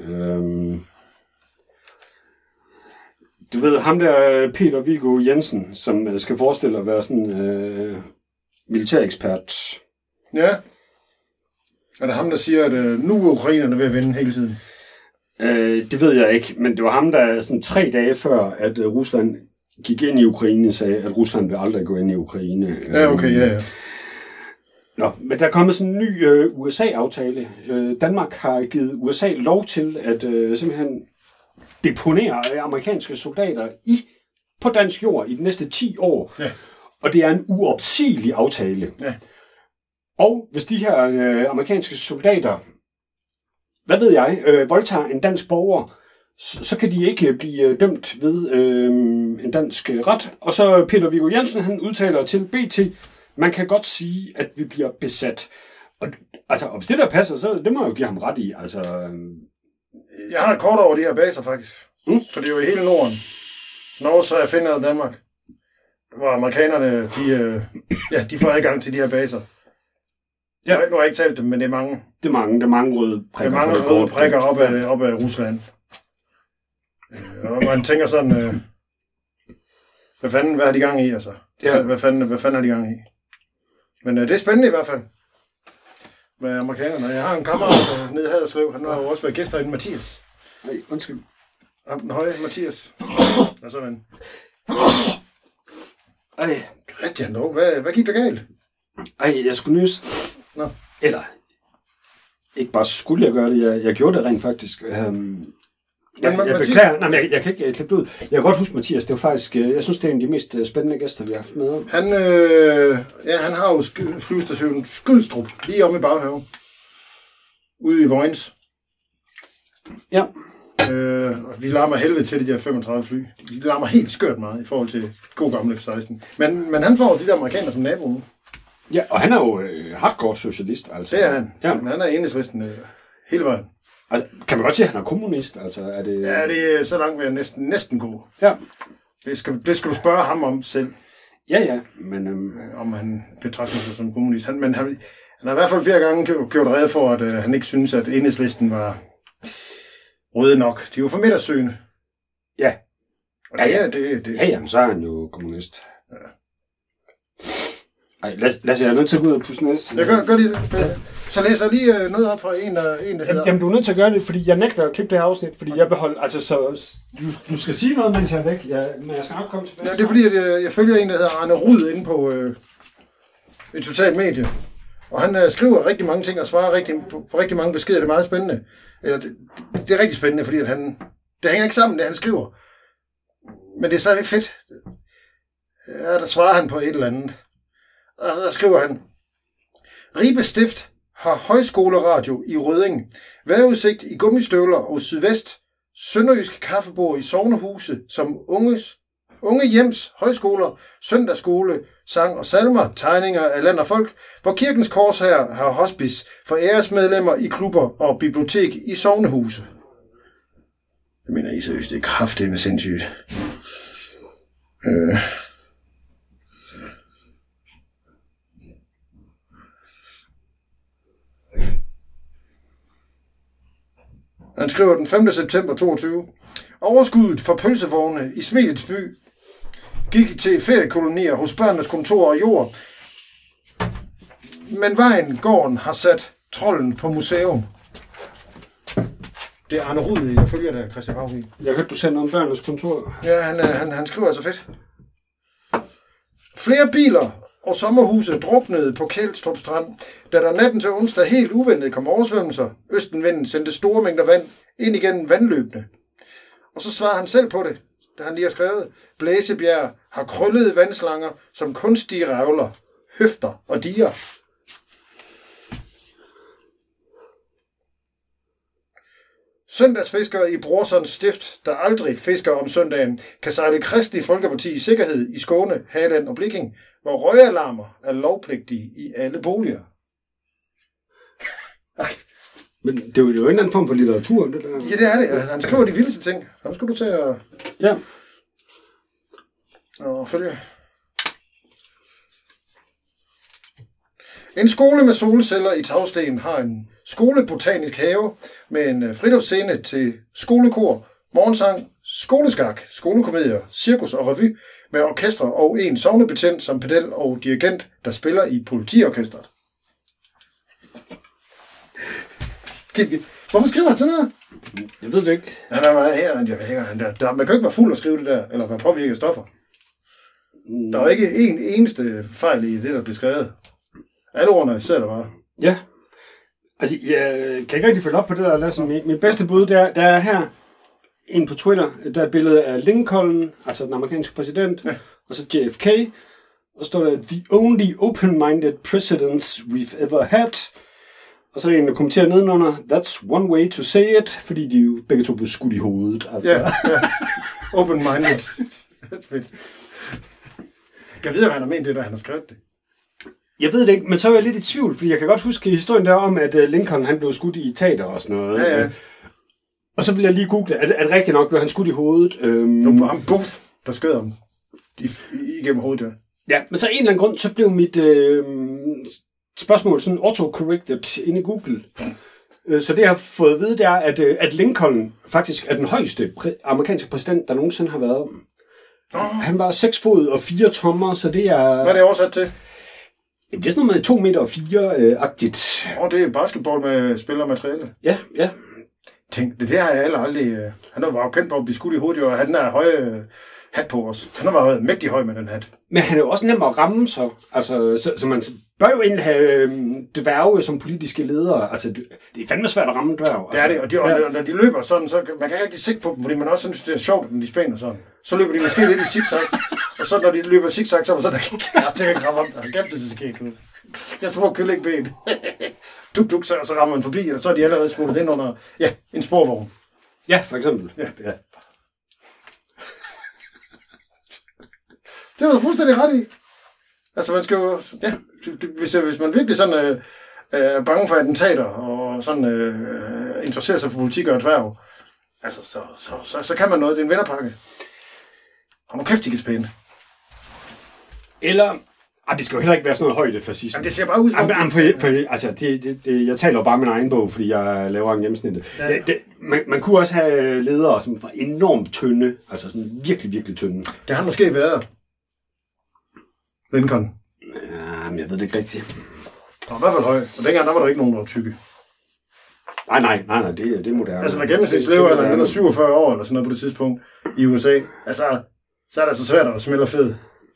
Du ved, ham der Peter Viggo Jensen, som skal forestille at være sådan militærekspert. Ja. Er det ham, der siger, at nu er ukrainerne ved at vinde hele tiden? Det ved jeg ikke, men det var ham, der sådan 3 dage før, at Rusland gik ind i Ukraine, sagde, at Rusland vil aldrig gå ind i Ukraine. Ja, okay, ja. Nå, men der er kommet sådan en ny USA-aftale. Danmark har givet USA lov til at simpelthen deponere amerikanske soldater på dansk jord i de næste 10 år. Ja. Og det er en uopsigelig aftale. Ja. Og hvis de her amerikanske soldater, hvad ved jeg, voldtager en dansk borger, så kan de ikke blive dømt ved en dansk ret. Og så Peter Viggo Jensen, han udtaler til BT, man kan godt sige, at vi bliver besat. Og altså, hvis det der passer, så det må jeg jo give ham ret i. Altså, jeg har et kort over de her baser, faktisk. For det er jo i hele Norden. Norge, Sverige, Finland og Danmark. Hvor amerikanerne, de får adgang til de her baser. Ja. Nu har jeg ikke talt dem, men det er mange. Det er mange røde prikker. Det er mange røde prikker op af Rusland. Og man tænker sådan, hvad har de gang i, altså? Ja. Hvad fanden har de gang i? Men det er spændende i hvert fald. Med amerikanerne. Jeg har en kammerat nede i Haderslev. Han har jo også været gæster i Mathias. Nej, undskyld. Ham den høje, Mathias. Hvad så, ven? Ej, Christian, dog. Hvad gik der galt? ej, jeg skulle nys. Nå. Eller, ikke bare skulle jeg gøre det, jeg gjorde det rent faktisk. Jeg beklager, nej, men jeg kan ikke klippe det ud. Jeg kan godt huske Mathias, det var faktisk, jeg synes, det er en af de mest spændende gæster, vi har haft med. Han har jo flyvestationen Skydstrup, lige om i baghaven. Ude i Vojens. Ja. Og de larmer helvede til de der 35 fly. De larmer helt skørt meget i forhold til god gamle F-16. Men han får de der amerikanere som nabo nu. Ja, og han er jo hardcore socialist, altså. Det er han. Ja. Men han er Enhedslisten hele vejen. Altså, kan man godt sige, at han er kommunist? Altså, er det... Ja, det er så langt ved at næsten gå. Ja. Det skal du spørge ham om selv. Ja, men... Om han betragter sig som kommunist. Han har i hvert fald flere gange gjort rede for, at han ikke synes, at Enhedslisten var røde nok. De var for midtersøgende. Ja. Og Ja. det. Ja, jamen, så er han jo kommunist. Ja. Ej, lad jeg er nødt til at gå ud og pusse næste. Jeg gør lige det. Ja. Så læser jeg lige noget op fra en, der hedder... Jamen, du er nødt til at gøre det, fordi jeg nægter at klippe det her afsnit, fordi jeg beholder... Altså, så... Du skal sige noget, mens jeg er væk, men jeg skal nok komme tilbage. Ja, det er fordi, at jeg følger en, der hedder Arne Rud inde på et socialt medie. Og han skriver rigtig mange ting og svarer på rigtig mange beskeder. Det er meget spændende. Eller det er rigtig spændende, fordi at det hænger ikke sammen, det han skriver. Men det er stadigvæk fedt. Ja, der svarer han på et eller andet. Og der skriver han: Ribe Stift har højskoleradio i Rødding, vejrudsigt i gummistøvler og sydvest, sønderjyske kaffebord i sognehuse som unge hjems højskoler, søndagsskole, sang og salmer, tegninger af land og folk, hvor Kirkens Korshær har hospice for æresmedlemmer i klubber og bibliotek i sognehuse. Jeg mener I seriøst, det er kraftedeme sindssygt. Han skriver den 5. september 22. Overskuddet for pølsevogne i Smedets by gik til feriekolonier hos Børnenes Kontor og Jord. Men gården har sat trolden på museum. Det er Arne Rud, jeg følger der, Christian Havvig. Jeg hørte, du sendte noget om Børnenes Kontor. Ja, han skriver altså fedt. Flere biler og sommerhuse druknede på Kjeldstrup Strand, da der natten til onsdag helt uventet kom oversvømmelser. Østenvinden sendte store mængder vand ind igennem vandløbene. Og så svarer han selv på det, da han lige har skrevet: Blæsebjerg har krøllede vandslanger som kunstige revler, høfter og diger. Søndagsfiskere i Brorsons Stift, der aldrig fisker om søndagen, kan sejle Kristelig Folkeparti i sikkerhed i Skåne, Halland og Bliking, hvor røgalarmer er lovpligtige i alle boliger. Men det er jo en eller anden form for litteratur, det der. Ja, det er det. Altså, han skriver de vildeste ting. Ham skal du til at... Ja. Og følge. En skole med solceller i tagsten har en skolebotanisk have med en friluftsscene til skolekor, morgensang, skoleskak, skolekomedier, cirkus og revy med orkestre og en sognebetjent som pedel og dirigent, der spiller i politiorkestret. Hvorfor skriver han sådan noget? Jeg ved det ikke. Man kan ikke være fuld at skrive det der, eller være påvirket af stoffer. Der er ikke en eneste fejl i det, der bliver skrevet. Alle ordene sidder der bare. Ja. Altså, jeg kan ikke rigtig følge op på det der. Altså, mit bedste bud, der er her en på Twitter, der er et billede af Lincoln, altså den amerikanske præsident, ja. Og så JFK, og står der: The only open-minded presidents we've ever had. Og så er der en, der kommenterer nedenunder: That's one way to say it, fordi de jo begge to blev skudt i hovedet. Altså. Ja. Open-minded. Fedt. Kan jeg vide, hvad han har ment det, da han har skrevet det? Jeg ved det ikke, men så er jeg lidt i tvivl, fordi jeg kan godt huske historien der om, at Lincoln han blev skudt i teater og sådan noget. Ja. Og så vil jeg lige google, er det rigtigt nok, blev han skudt i hovedet? Det var ham Booth, der skød ham igennem hovedet der. Ja, men så en eller anden grund, så blev mit spørgsmål sådan autocorrected inde i Google. Så det jeg har fået at vide, det er, at Lincoln faktisk er den højeste amerikanske præsident, der nogensinde har været. Han var 6 fod og 4 tommer, så det er... Hvad er det oversat til? Det er sådan noget med 2 meter og 4-agtigt. Det er basketball med spil og materiale. Ja. ting. Det har jeg aldrig... Han var jo kendt på at blive skudt i hovedet, og han er høje hat på os. Han har været mægtig høj med den hat. Men han er jo også nem at ramme, så. Altså, så man bør jo egentlig have dværge som politiske ledere. Altså, det er fandme svært at ramme en dværg. Altså, det er det, og når de løber sådan, så man kan ikke rigtig sigte på dem, fordi man også synes, det er sjovt, når de spænder sådan. Så løber de måske lidt i zigzag, og så når de løber zigzag, så der kan ikke ramme om. Kæft, det ser skægt ud. Jeg tror kyllingben. Duk, så rammer man forbi, og så er de allerede smuttet ind under en sporvogn. Ja, for eksempel. Ja. Det er du fuldstændig ret i. Altså, man skal jo... Ja, hvis man virkelig sådan er bange for attentater, og sådan interesserer sig for politik og dværg, altså, så kan man noget. Det er en vennerpakke. Og nu kæft, de kan spænde. Eller... det skal jo heller ikke være sådan noget højdefascisme. Jamen, det ser bare ud som... Jeg taler jo bare min egen bog, fordi jeg laver en gennemsnit. Ja. Man kunne også have ledere, som var enormt tynde. Altså sådan virkelig, virkelig tynde. Det har måske været... Lincoln. Ja, men jeg ved det ikke rigtigt. Og i hvert fald høj. Og dengang, der var der ikke nogen, der var tykke. Nej, det er moderne. Altså, når gennemsnitslevealderen, den er 47 år, eller sådan noget på det tidspunkt, i USA. Altså, så er det så svært at smelle fed.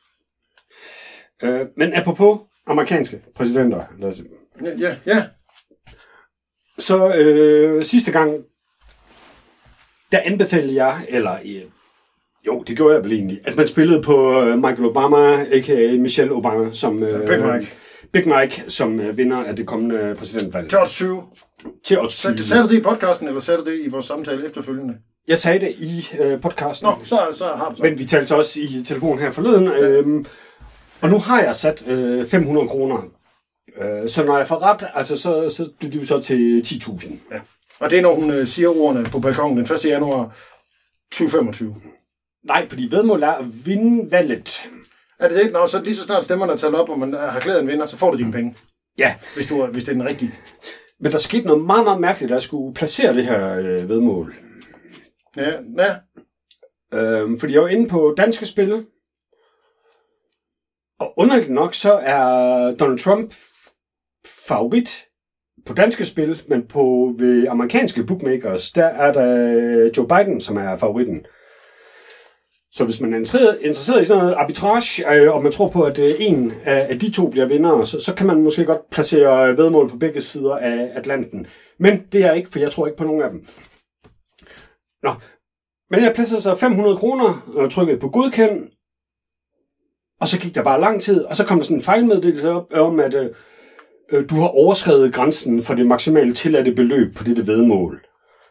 Men apropos amerikanske præsidenter. Ja. Så sidste gang, der anbefalede jeg, det gjorde jeg vel egentlig, at man spillede på Michael Obama, a.k.a. Michelle Obama, som Big Mike, som vinder af det kommende præsidentvalg. Til 20. Til 20. Sagde du det i podcasten, eller sagde du det i vores samtale efterfølgende? Jeg sagde det i podcasten. Nå, så har du så. Men vi talte også i telefon her forleden. Og nu har jeg sat 500 kroner. Så når jeg får ret, altså, så bliver det jo så til 10.000. Ja. Og det er, når hun siger ordene på balkongen den 1. januar 2025. Nej, fordi vedmålet er at vinde valget. Er det det? Nå, så lige så snart stemmerne er talt op, og man har klædet en vinder, så får du dine penge. Ja. Hvis det er den rigtige. Men der skete noget meget, meget mærkeligt, da jeg skulle placere det her vedmål. Ja. Fordi jeg var inde på danske spil. Og underligt nok, så er Donald Trump favorit på danske spil, men ved amerikanske bookmakers, der er der Joe Biden, som er favoritten. Så hvis man er interesseret i sådan noget arbitrage, og man tror på, at en af de to bliver vindere, så kan man måske godt placere vedmål på begge sider af Atlanten. Men det er jeg ikke, for jeg tror ikke på nogen af dem. Nå, men jeg placerede så 500 kroner og trykkede på godkend, og så gik der bare lang tid, og så kom der sådan en fejlmeddelelse op om, at du har overskredet grænsen for det maksimale tilladte beløb på dette vedmål.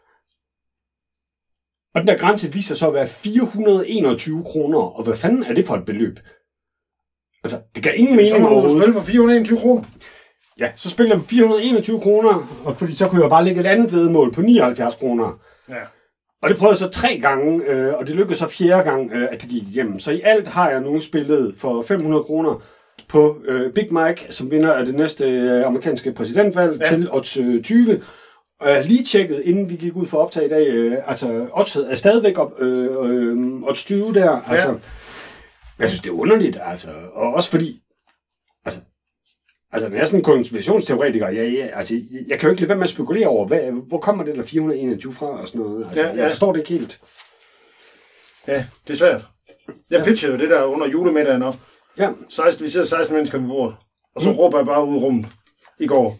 Og den der grænse viser så at være 421 kroner, og hvad fanden er det for et beløb? Altså, det gav ingen mening overhovedet. Så må du spille for 421 kroner? Ja, så spiller jeg for 421 kroner, og fordi så kunne jeg bare lægge et andet vedmål på 79 kroner. Ja. Og det prøvede jeg så 3 gange, og det lykkedes så 4. gang, at det gik igennem. Så i alt har jeg nu spillet for 500 kroner på Big Mike, som vinder af det næste amerikanske præsidentvalg til odds 20. Og jeg har lige tjekket, inden vi gik ud for optag i dag, altså oddset er stadigvæk odds 20 der. Altså, jeg synes, det er underligt, altså. Og også fordi, altså når jeg er sådan en konspirationsteoretiker, jeg kan jo ikke lade være med at spekulere over, hvor kommer det der 421 fra og sådan noget. Altså, jeg forstår det ikke helt. Ja, det er svært. Jeg pitchede jo det der under julemiddagen op. Ja. Vi sidder 16 mennesker ved bordet, og så råber jeg bare ud i rummet i går.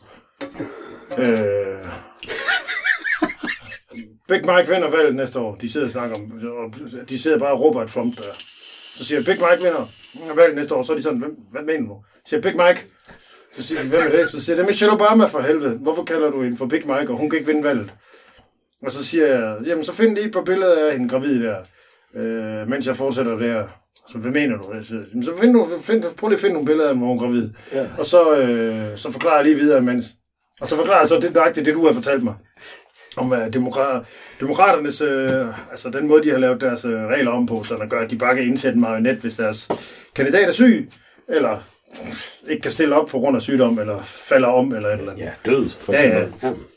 Big Mike vinder valget næste år. De sidder og snakker om, de sidder bare og råber et Trump der. Så siger Big Mike vinder valget næste år, så er de sådan, hvad mener du? Så siger Big Mike. Så siger de, hvem er det? Så siger det Michelle Obama for helvede. Hvorfor kalder du hende for Big Mike, og hun kan ikke vinde valget? Og så siger jeg, jamen så find lige på billedet af hende gravid der, mens jeg fortsætter der. Så hvad mener du? Så prøv lige at finde nogle billeder af, hvor hun er gravid. Ja. Og så forklarer jeg lige videre imens. Og så forklarer jeg så det du har fortalt mig. Om demokraternes, altså den måde, de har lavet deres regler om på, så der gør, at de bare kan indsætte en marionet, hvis deres kandidat er syg, eller ikke kan stille op på grund af sygdom, eller falder om, eller et eller andet. Ja, død. Ja.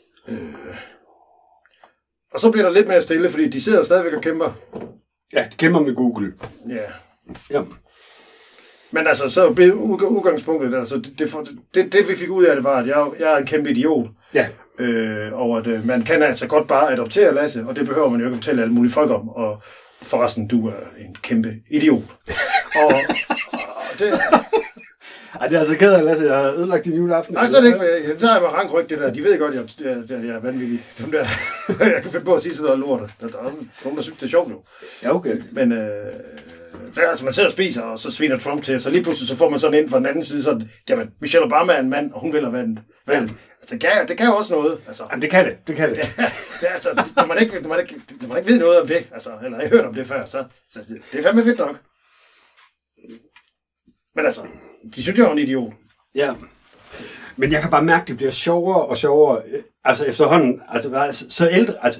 Og så bliver der lidt mere stille, fordi de sidder stadigvæk og kæmper. Ja, de kæmper med Google. Ja. Men altså, så udgangspunktet, altså, det vi fik ud af det var, at jeg er en kæmpe idiot. Ja. Og at man kan altså godt bare adoptere Lasse, og det behøver man jo ikke fortælle alle mulige folk om. Og forresten, du er en kæmpe idiot. og det... Ej, det er altså ked af, Lasse. Jeg har ødelagt din juleaften. Nej, så er det ikke. Så har jeg mig rankryg, det der. De ved godt, jeg er vanvittig. Dem der, jeg kan finde på at sige sådan noget lort. Der er nogen, der synes, det er sjovt nu. Ja, okay. Men der er altså, man sidder og spiser, og så sviner Trump til, så lige pludselig så får man sådan ind fra den anden side, sådan, jamen, Michelle Obama er en mand, og hun vil have vandet. Ja. Altså, det kan jo også noget. Altså, jamen, det kan det. Det kan det. Det er altså, når man ikke ved noget om det, altså, eller har hørt om det før, så det er fandme fedt nok. Men altså, de synes, jeg er en idiot. Ja. Men jeg kan bare mærke, at det bliver sjovere og sjovere. Altså efterhånden, altså så ældre, altså...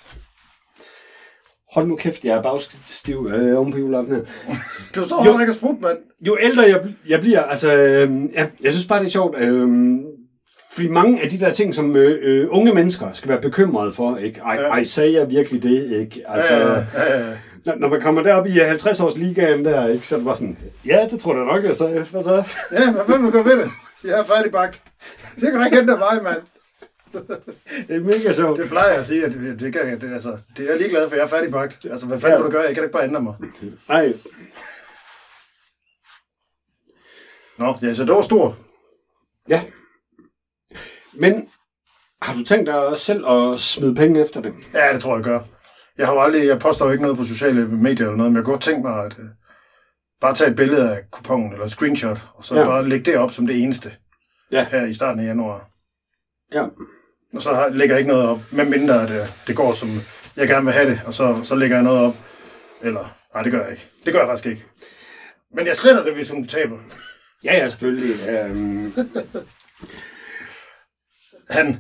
Hold nu kæft, jeg er bagstiv oven på juleaften her. Du står og drikker sprut, mand. Jo ældre jeg bliver, altså... jeg synes bare, det er sjovt. Fordi mange af de der ting, som unge mennesker skal være bekymrede for, ikke? Ej, sagde jeg virkelig det, ikke? Altså... Ja. Når man kommer derop i 50-års ligaen der, ikke, så er det bare sådan, ja, det tror jeg nok, jeg sagde. Hvad så? Ja, hvad fanden du gør ved det? Jeg er færdigbagt. Det kan du ikke hente af mig, mand. Det er mega sjovt. Det plejer jeg at sige, at det er jeg ligeglad for, jeg er færdigbagt. Altså, hvad fanden vil du gøre? Jeg kan ikke bare ændre mig. Nej. Nå, ja, så det var stort. Ja. Men har du tænkt dig selv at smide penge efter det? Ja, det tror jeg gør. Jeg poster jo ikke noget på sociale medier eller noget, men jeg kunne godt tænke mig at bare tage et billede af kuponen eller screenshot, og så bare lægge det op som det eneste her i starten af januar. Ja. Og så lægger jeg ikke noget op, medmindre at det går, som jeg gerne vil have det, og så lægger jeg noget op. Eller, nej, det gør jeg ikke. Det gør jeg faktisk ikke. Men jeg sletter det, hvis hun taber. Ja, selvfølgelig. Han.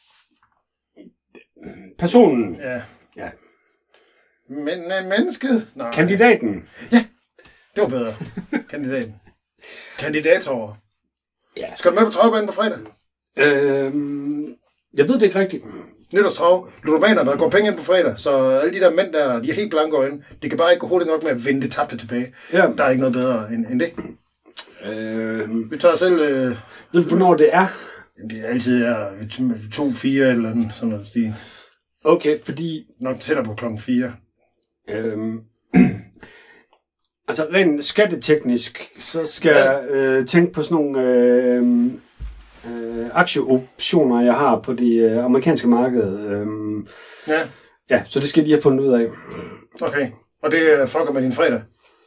Personen. Ja. Ja. Men mennesket? Nej. Kandidaten. Ja, det var bedre. Kandidaten. Kandidatorer. Ja. Skal du med på travbanen på fredag? Jeg ved det ikke rigtigt. Nytårstrav. Ludomaner, der går penge ind på fredag, så alle de der mænd der, de er helt blanke øjne. De kan bare ikke gå hurtigt nok med at vinde det tabte tilbage. Ja. Der er ikke noget bedre end det. Vi tager selv... Ved du, hvornår det er? Det er altid 2-4 eller sådan noget stil. Okay, fordi... Nok tættere på klokken 4. Altså rent skatteteknisk, så skal jeg tænke på sådan nogle aktieoptioner, jeg har på det amerikanske marked. Ja, så det skal jeg lige have fundet ud af. Okay, og det fucker med din fredag?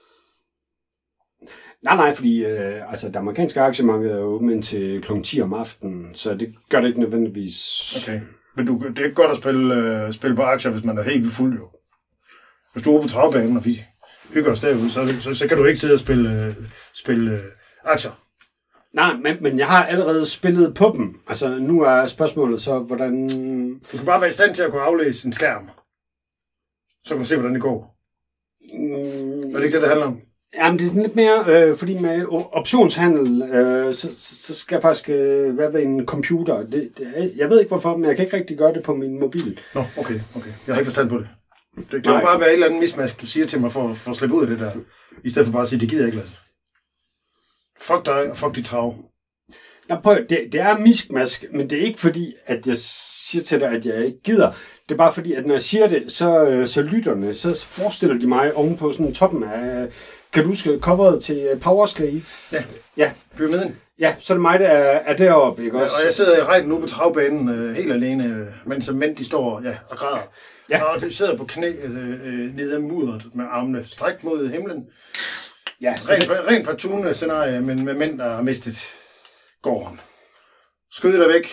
Nej, fordi det amerikanske aktiemarked er jo åbent indtil kl. 10 om aftenen, så det gør det ikke nødvendigvis. Okay. Men det er ikke godt at spille på aktier, hvis man er helt fuld, jo. Hvis du er på travbanen, og vi hygger os derude, så kan du ikke sidde og spille aktier. Nej, men jeg har allerede spillet på dem. Altså, nu er spørgsmålet så, hvordan... Du skal bare være i stand til at kunne aflæse en skærm. Så kan du se, hvordan det går. Er det ikke det handler om? Jamen, det er lidt mere, fordi med optionshandel, så skal jeg faktisk være ved en computer. Jeg ved ikke hvorfor, men jeg kan ikke rigtig gøre det på min mobil. Nå, okay. Jeg har ikke forstand på det. Det må bare være et eller andet mismask, du siger til mig for at slippe ud af det der. I stedet for bare at sige, det gider jeg ikke, Lasse. Fuck dig, og fuck dit trav. Nå, prøv, det er miskmask, men det er ikke fordi, at jeg siger til dig, at jeg ikke gider. Det er bare fordi, at når jeg siger det, så lytterne, så forestiller de mig ovenpå sådan toppen af... Kan du huske coveret til Power Slave? Ja. Pyramiden. Ja, så er det mig, der er deroppe, ikke også? Og jeg sidder i regnen nu på travbanen helt alene, mens mænd de står og græder. Ja. Og de sidder på knæ nede af mudderet med armene strækt mod himlen. Ja, rent platoon-scenarie, men med mænd, der har mistet gården. Skyd dig væk.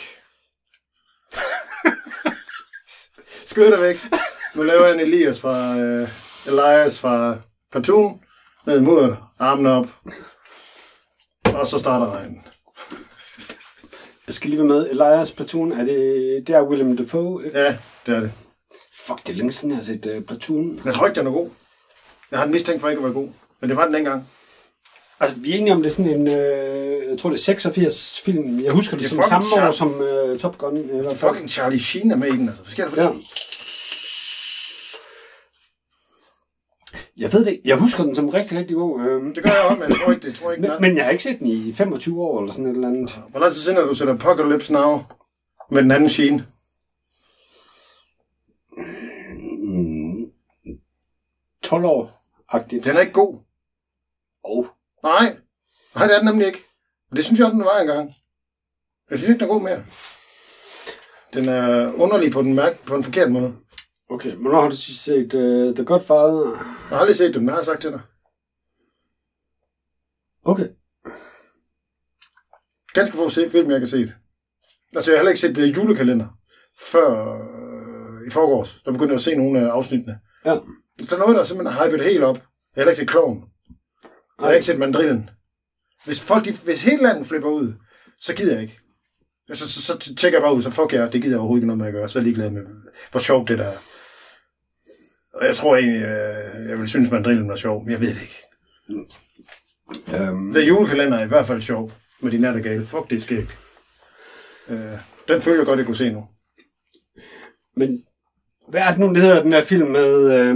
Skyd dig væk. Nu laver jeg en Elias fra platoon. Ned i mudderet, armene op. Og så starter regnen. Jeg skal lige være med. Elias Platoon, det er Willem Dafoe? Ikke? Ja, det er det. Fuck, det er længe siden, jeg har set Platoon. Jeg tror ikke, den er god. Jeg har en mistænkt for ikke at være god. Men det var den dengang. Altså, vi er enige om, det er sådan en, jeg tror det er 86 film. Jeg husker det som samme år som Top Gun. Det er fucking Charlie Sheen er med i den, altså. Hvad sker der for det? Jeg ved det ikke. Jeg husker den som rigtig, rigtig god. Det gør jeg også, men jeg tror ikke men jeg har ikke set den i 25 år eller sådan et eller andet. Hvor lang tid siden har du set Apocalypse Now? Med den anden Sheen. 12 år-agtigt. Den er ikke god. Nej, det er den nemlig ikke. Og det synes jeg, den var engang. Jeg synes ikke, den er god mere. Den er underlig på en forkert måde. Okay, hvornår har du set The Godfather? Jeg har aldrig set dem, jeg har sagt til dig. Okay. Ganske få film, jeg kan se det. Altså, jeg har heller ikke set julekalender før i forgårs. Der begyndte jeg at se nogle af afsnittene. Ja. Der er noget, der simpelthen har hypet helt op. Jeg har heller ikke set Klovn. Jeg har ikke set Mandrillen. Hvis hele landet flipper ud, så gider jeg ikke. Så tjekker jeg bare ud, så fuck jer, det gider jeg overhovedet ikke noget med at gøre. Så er jeg ligeglad med, hvor sjovt det der er. Og jeg tror egentlig, jeg vil synes, Mandrillen var sjov, men jeg ved det ikke. The julekalender er i hvert fald sjov med de nattergale. Fuck, det er skægt. Den føler jeg godt, jeg kunne se nu. Men hvad er det nu, det hedder, den der film med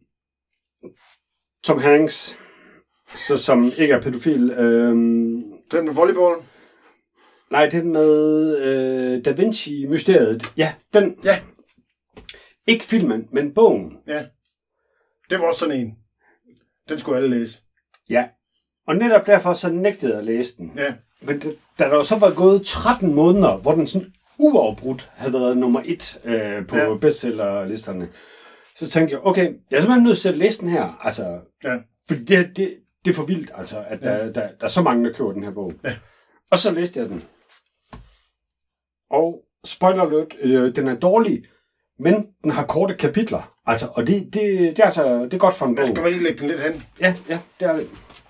Tom Hanks, som ikke er pædofil? Den med volleyballen? Nej, den med Da Vinci-mysteriet. Ja, den. Ja. Ikke filmen, men bogen. Ja. Det var også sådan en. Den skulle alle læse. Ja. Og netop derfor så nægtede jeg at læse den. Ja. Men da der jo så var gået 13 måneder, hvor den sådan uafbrudt havde været nummer 1 på bestsellerlisterne, så tænkte jeg, okay, jeg er simpelthen nødt til at læse den her. Altså, fordi det er for vildt, altså, at der er så mange, der køber den her bog. Ja. Og så læste jeg den. Og spoiler alert, den er dårlig, men den har korte kapitler. Altså, og det er altså, det er godt for en bog. Skal man lige lægge den lidt hen? Ja, det er det.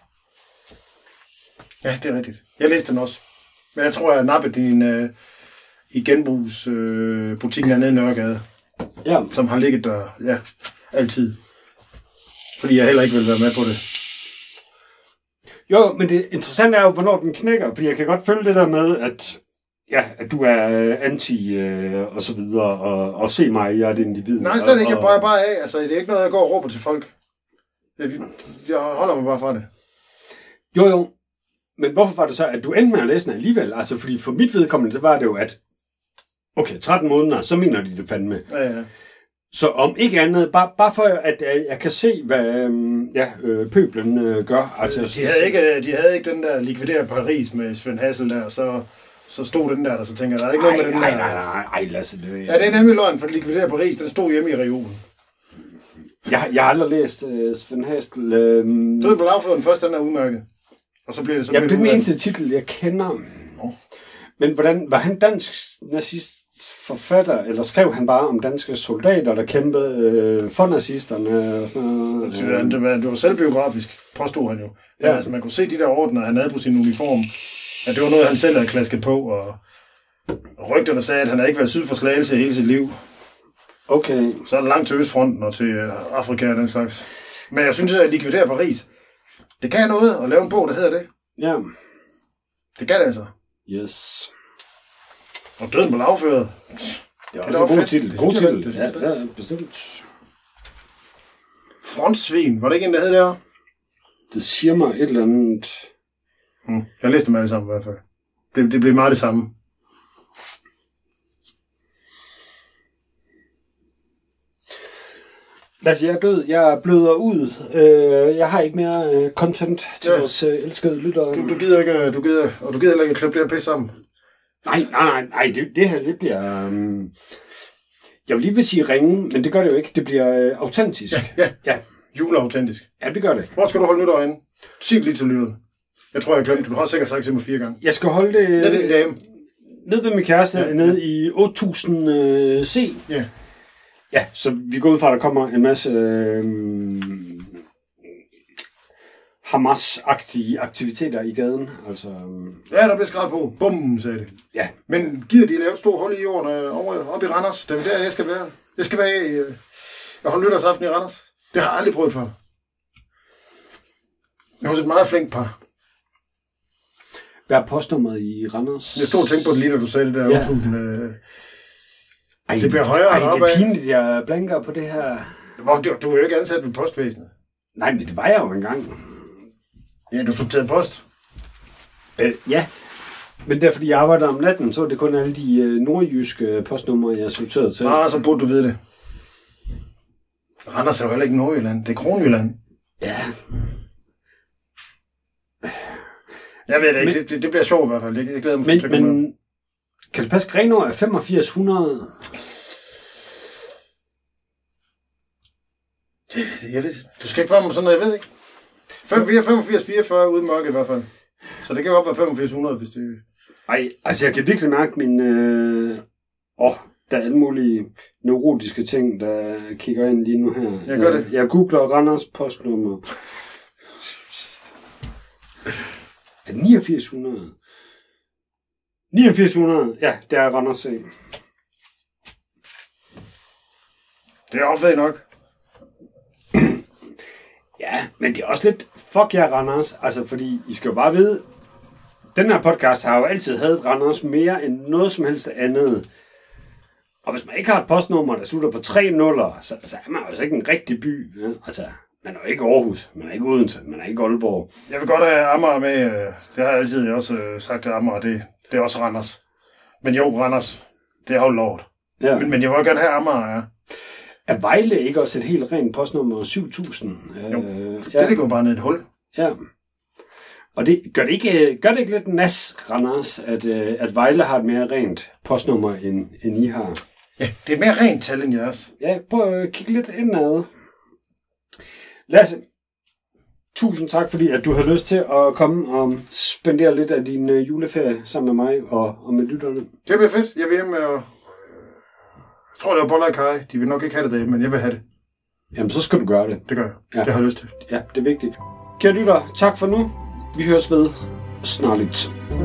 Ja, det er rigtigt. Jeg læste den også. Men jeg tror, jeg nappede i genbrugsbutikken nede i Nørregade. Ja. Som har ligget der, altid. Fordi jeg heller ikke vil være med på det. Jo, men det interessante er jo, hvornår den knækker. Fordi jeg kan godt følge det der med, at du er anti og så videre, og se mig, jeg er et individ. Nej, slet ikke. Jeg bøjer bare af. Altså, det er ikke noget, jeg går og råber til folk. Jeg holder mig bare fra det. Jo. Men hvorfor var det så, at du endte med at læse den alligevel? Altså, fordi for mit vedkommende, så var det jo, at okay, 13 måneder, så mener de det fandme. Ja. Så om ikke andet, bare for at jeg kan se, hvad pøblen gør. Altså, de havde ikke den der likvidere Paris med Svend Hassel der, så stod den der så tænker jeg, der er ikke noget med den der. Nej, Lasse. Det er nemlig løgn, for likvidere Paris, den stod hjemme i regionen. Jeg har aldrig læst Svend Hassel. Død på lavføren, først den er udmærket. Og så bliver det så... Jamen, det er den eneste titel, jeg kender. Men hvordan var han dansk nazist forfatter, eller skrev han bare om danske soldater, der kæmpede for nazisterne og sådan noget? Det var selvbiografisk, påstod han jo. Ja. Altså, man kunne se de der ordner, han havde på sin uniform, at det var noget, han selv havde klasket på, og rygterne sagde, at han havde ikke været syd for Slagelse hele sit liv. Okay. Så er det langt til Østfronten og til Afrika og den slags. Men jeg synes, at likvidere Paris, det kan noget at lave en bog, der hedder det. Ja. Det kan det altså. Yes. Og Døden på lavføret. Det er også en god titel. God titel. Ja, bestemt. Frontsvin. Var det ikke en, der hed der? Det siger mig et eller andet. Jeg læste dem alle sammen i hvert fald. Det blev meget det samme. Lasse, jeg er død. Jeg bløder ud. Jeg har ikke mere content til vores elskede lyttere. Du gider ikke, du gider ikke klippe det her pis sammen. Nej, det her, det bliver... jeg vil lige vil sige ringe, men det gør det jo ikke. Det bliver autentisk. Ja. Juleautentisk. Ja, det gør det. Hvor skal du holde nytår henne? Sig lige til lytteren. Jeg tror, jeg glemte. Du har sikkert sagt til mig 4 gange. Jeg skal holde det... Nede ved din dame. Nede ved min kæreste, nede i 8000 C. Ja. Ja, så vi går ud fra, at der kommer en masse Hamas-agtige aktiviteter i gaden. Altså, ja, der bliver skrevet på. Bum, sagde det. Ja. Men gider de lave et stort hul i jorden oppe i Randers? Det er der, jeg skal være. Jeg skal være jeg holder nytårsaften i Randers. Det har jeg aldrig prøvet før. Jeg har et meget flink par. Hvad er postnummeret i Randers? Jeg stod og tænkte på det lige, da du sagde det der 8000... det bliver højere end opad. Det er pinligt, jeg blanker på det her. Du er jo ikke ansat ved postvæsenet. Nej, men det var jeg jo engang. Ja, du sorterede post. Ja, Men der, fordi jeg arbejder om natten, så er det kun alle de nordjyske postnumre, jeg er sorteret til. Så burde du vide det. Randers er jo heller ikke Nordjylland. Det er Kronjylland. Ja. Jeg ved det ikke. Det bliver sjovt i hvert fald. Jeg glæder mig til at komme med. Kan det passe, Grenaa er 8500? Jeg ved. Du skal ikke spørge mig sådan noget, jeg ved ikke. 85-44 uden mørke i hvert fald. Så det kan godt være 8500, hvis det... Ej, altså jeg kan virkelig mærke min... der er alle mulige neurotiske ting, der kigger ind lige nu her. Jeg gør det. Jeg googler Randers postnummer. 8900. 8900, ja, det er Randers C. Det er opvæg nok. Ja, men det er også lidt, fuck jer Randers, altså fordi I skal jo bare vide, den her podcast har jo altid haft Randers mere end noget som helst andet. Og hvis man ikke har et postnummer, der slutter på 3 nuller, så er man jo ikke en rigtig by. Ja? Altså, man er jo ikke Aarhus, man er ikke Odense, man er ikke Aalborg. Jeg vil godt have Amager med, det har jeg altid også sagt til Amager, det er også Randers. Men jo, Randers, det er jo lort. Ja. Men jeg vil gerne have Amager, ja. Er Vejle ikke også et helt rent postnummer 7000? Jo, det ligger jo bare ned i et hul. Ja. Og det gør det ikke lidt nas, Randers, at Vejle har et mere rent postnummer, end I har? Ja, det er et mere rent tal end jeres. Ja, prøv at kigge lidt indad. Lasse, tusind tak, fordi at du har lyst til at komme og spendere lidt af din juleferie sammen med mig og med lytterne. Det bliver fedt. Jeg vil hjem og... Jeg tror, det var boller i kaj. De vil nok ikke have det, men jeg vil have det. Jamen, så skal du gøre det. Det gør jeg. Ja. Det har jeg lyttet til. Ja, det er vigtigt. Kære lytter, tak for nu. Vi høres ved snart lidt.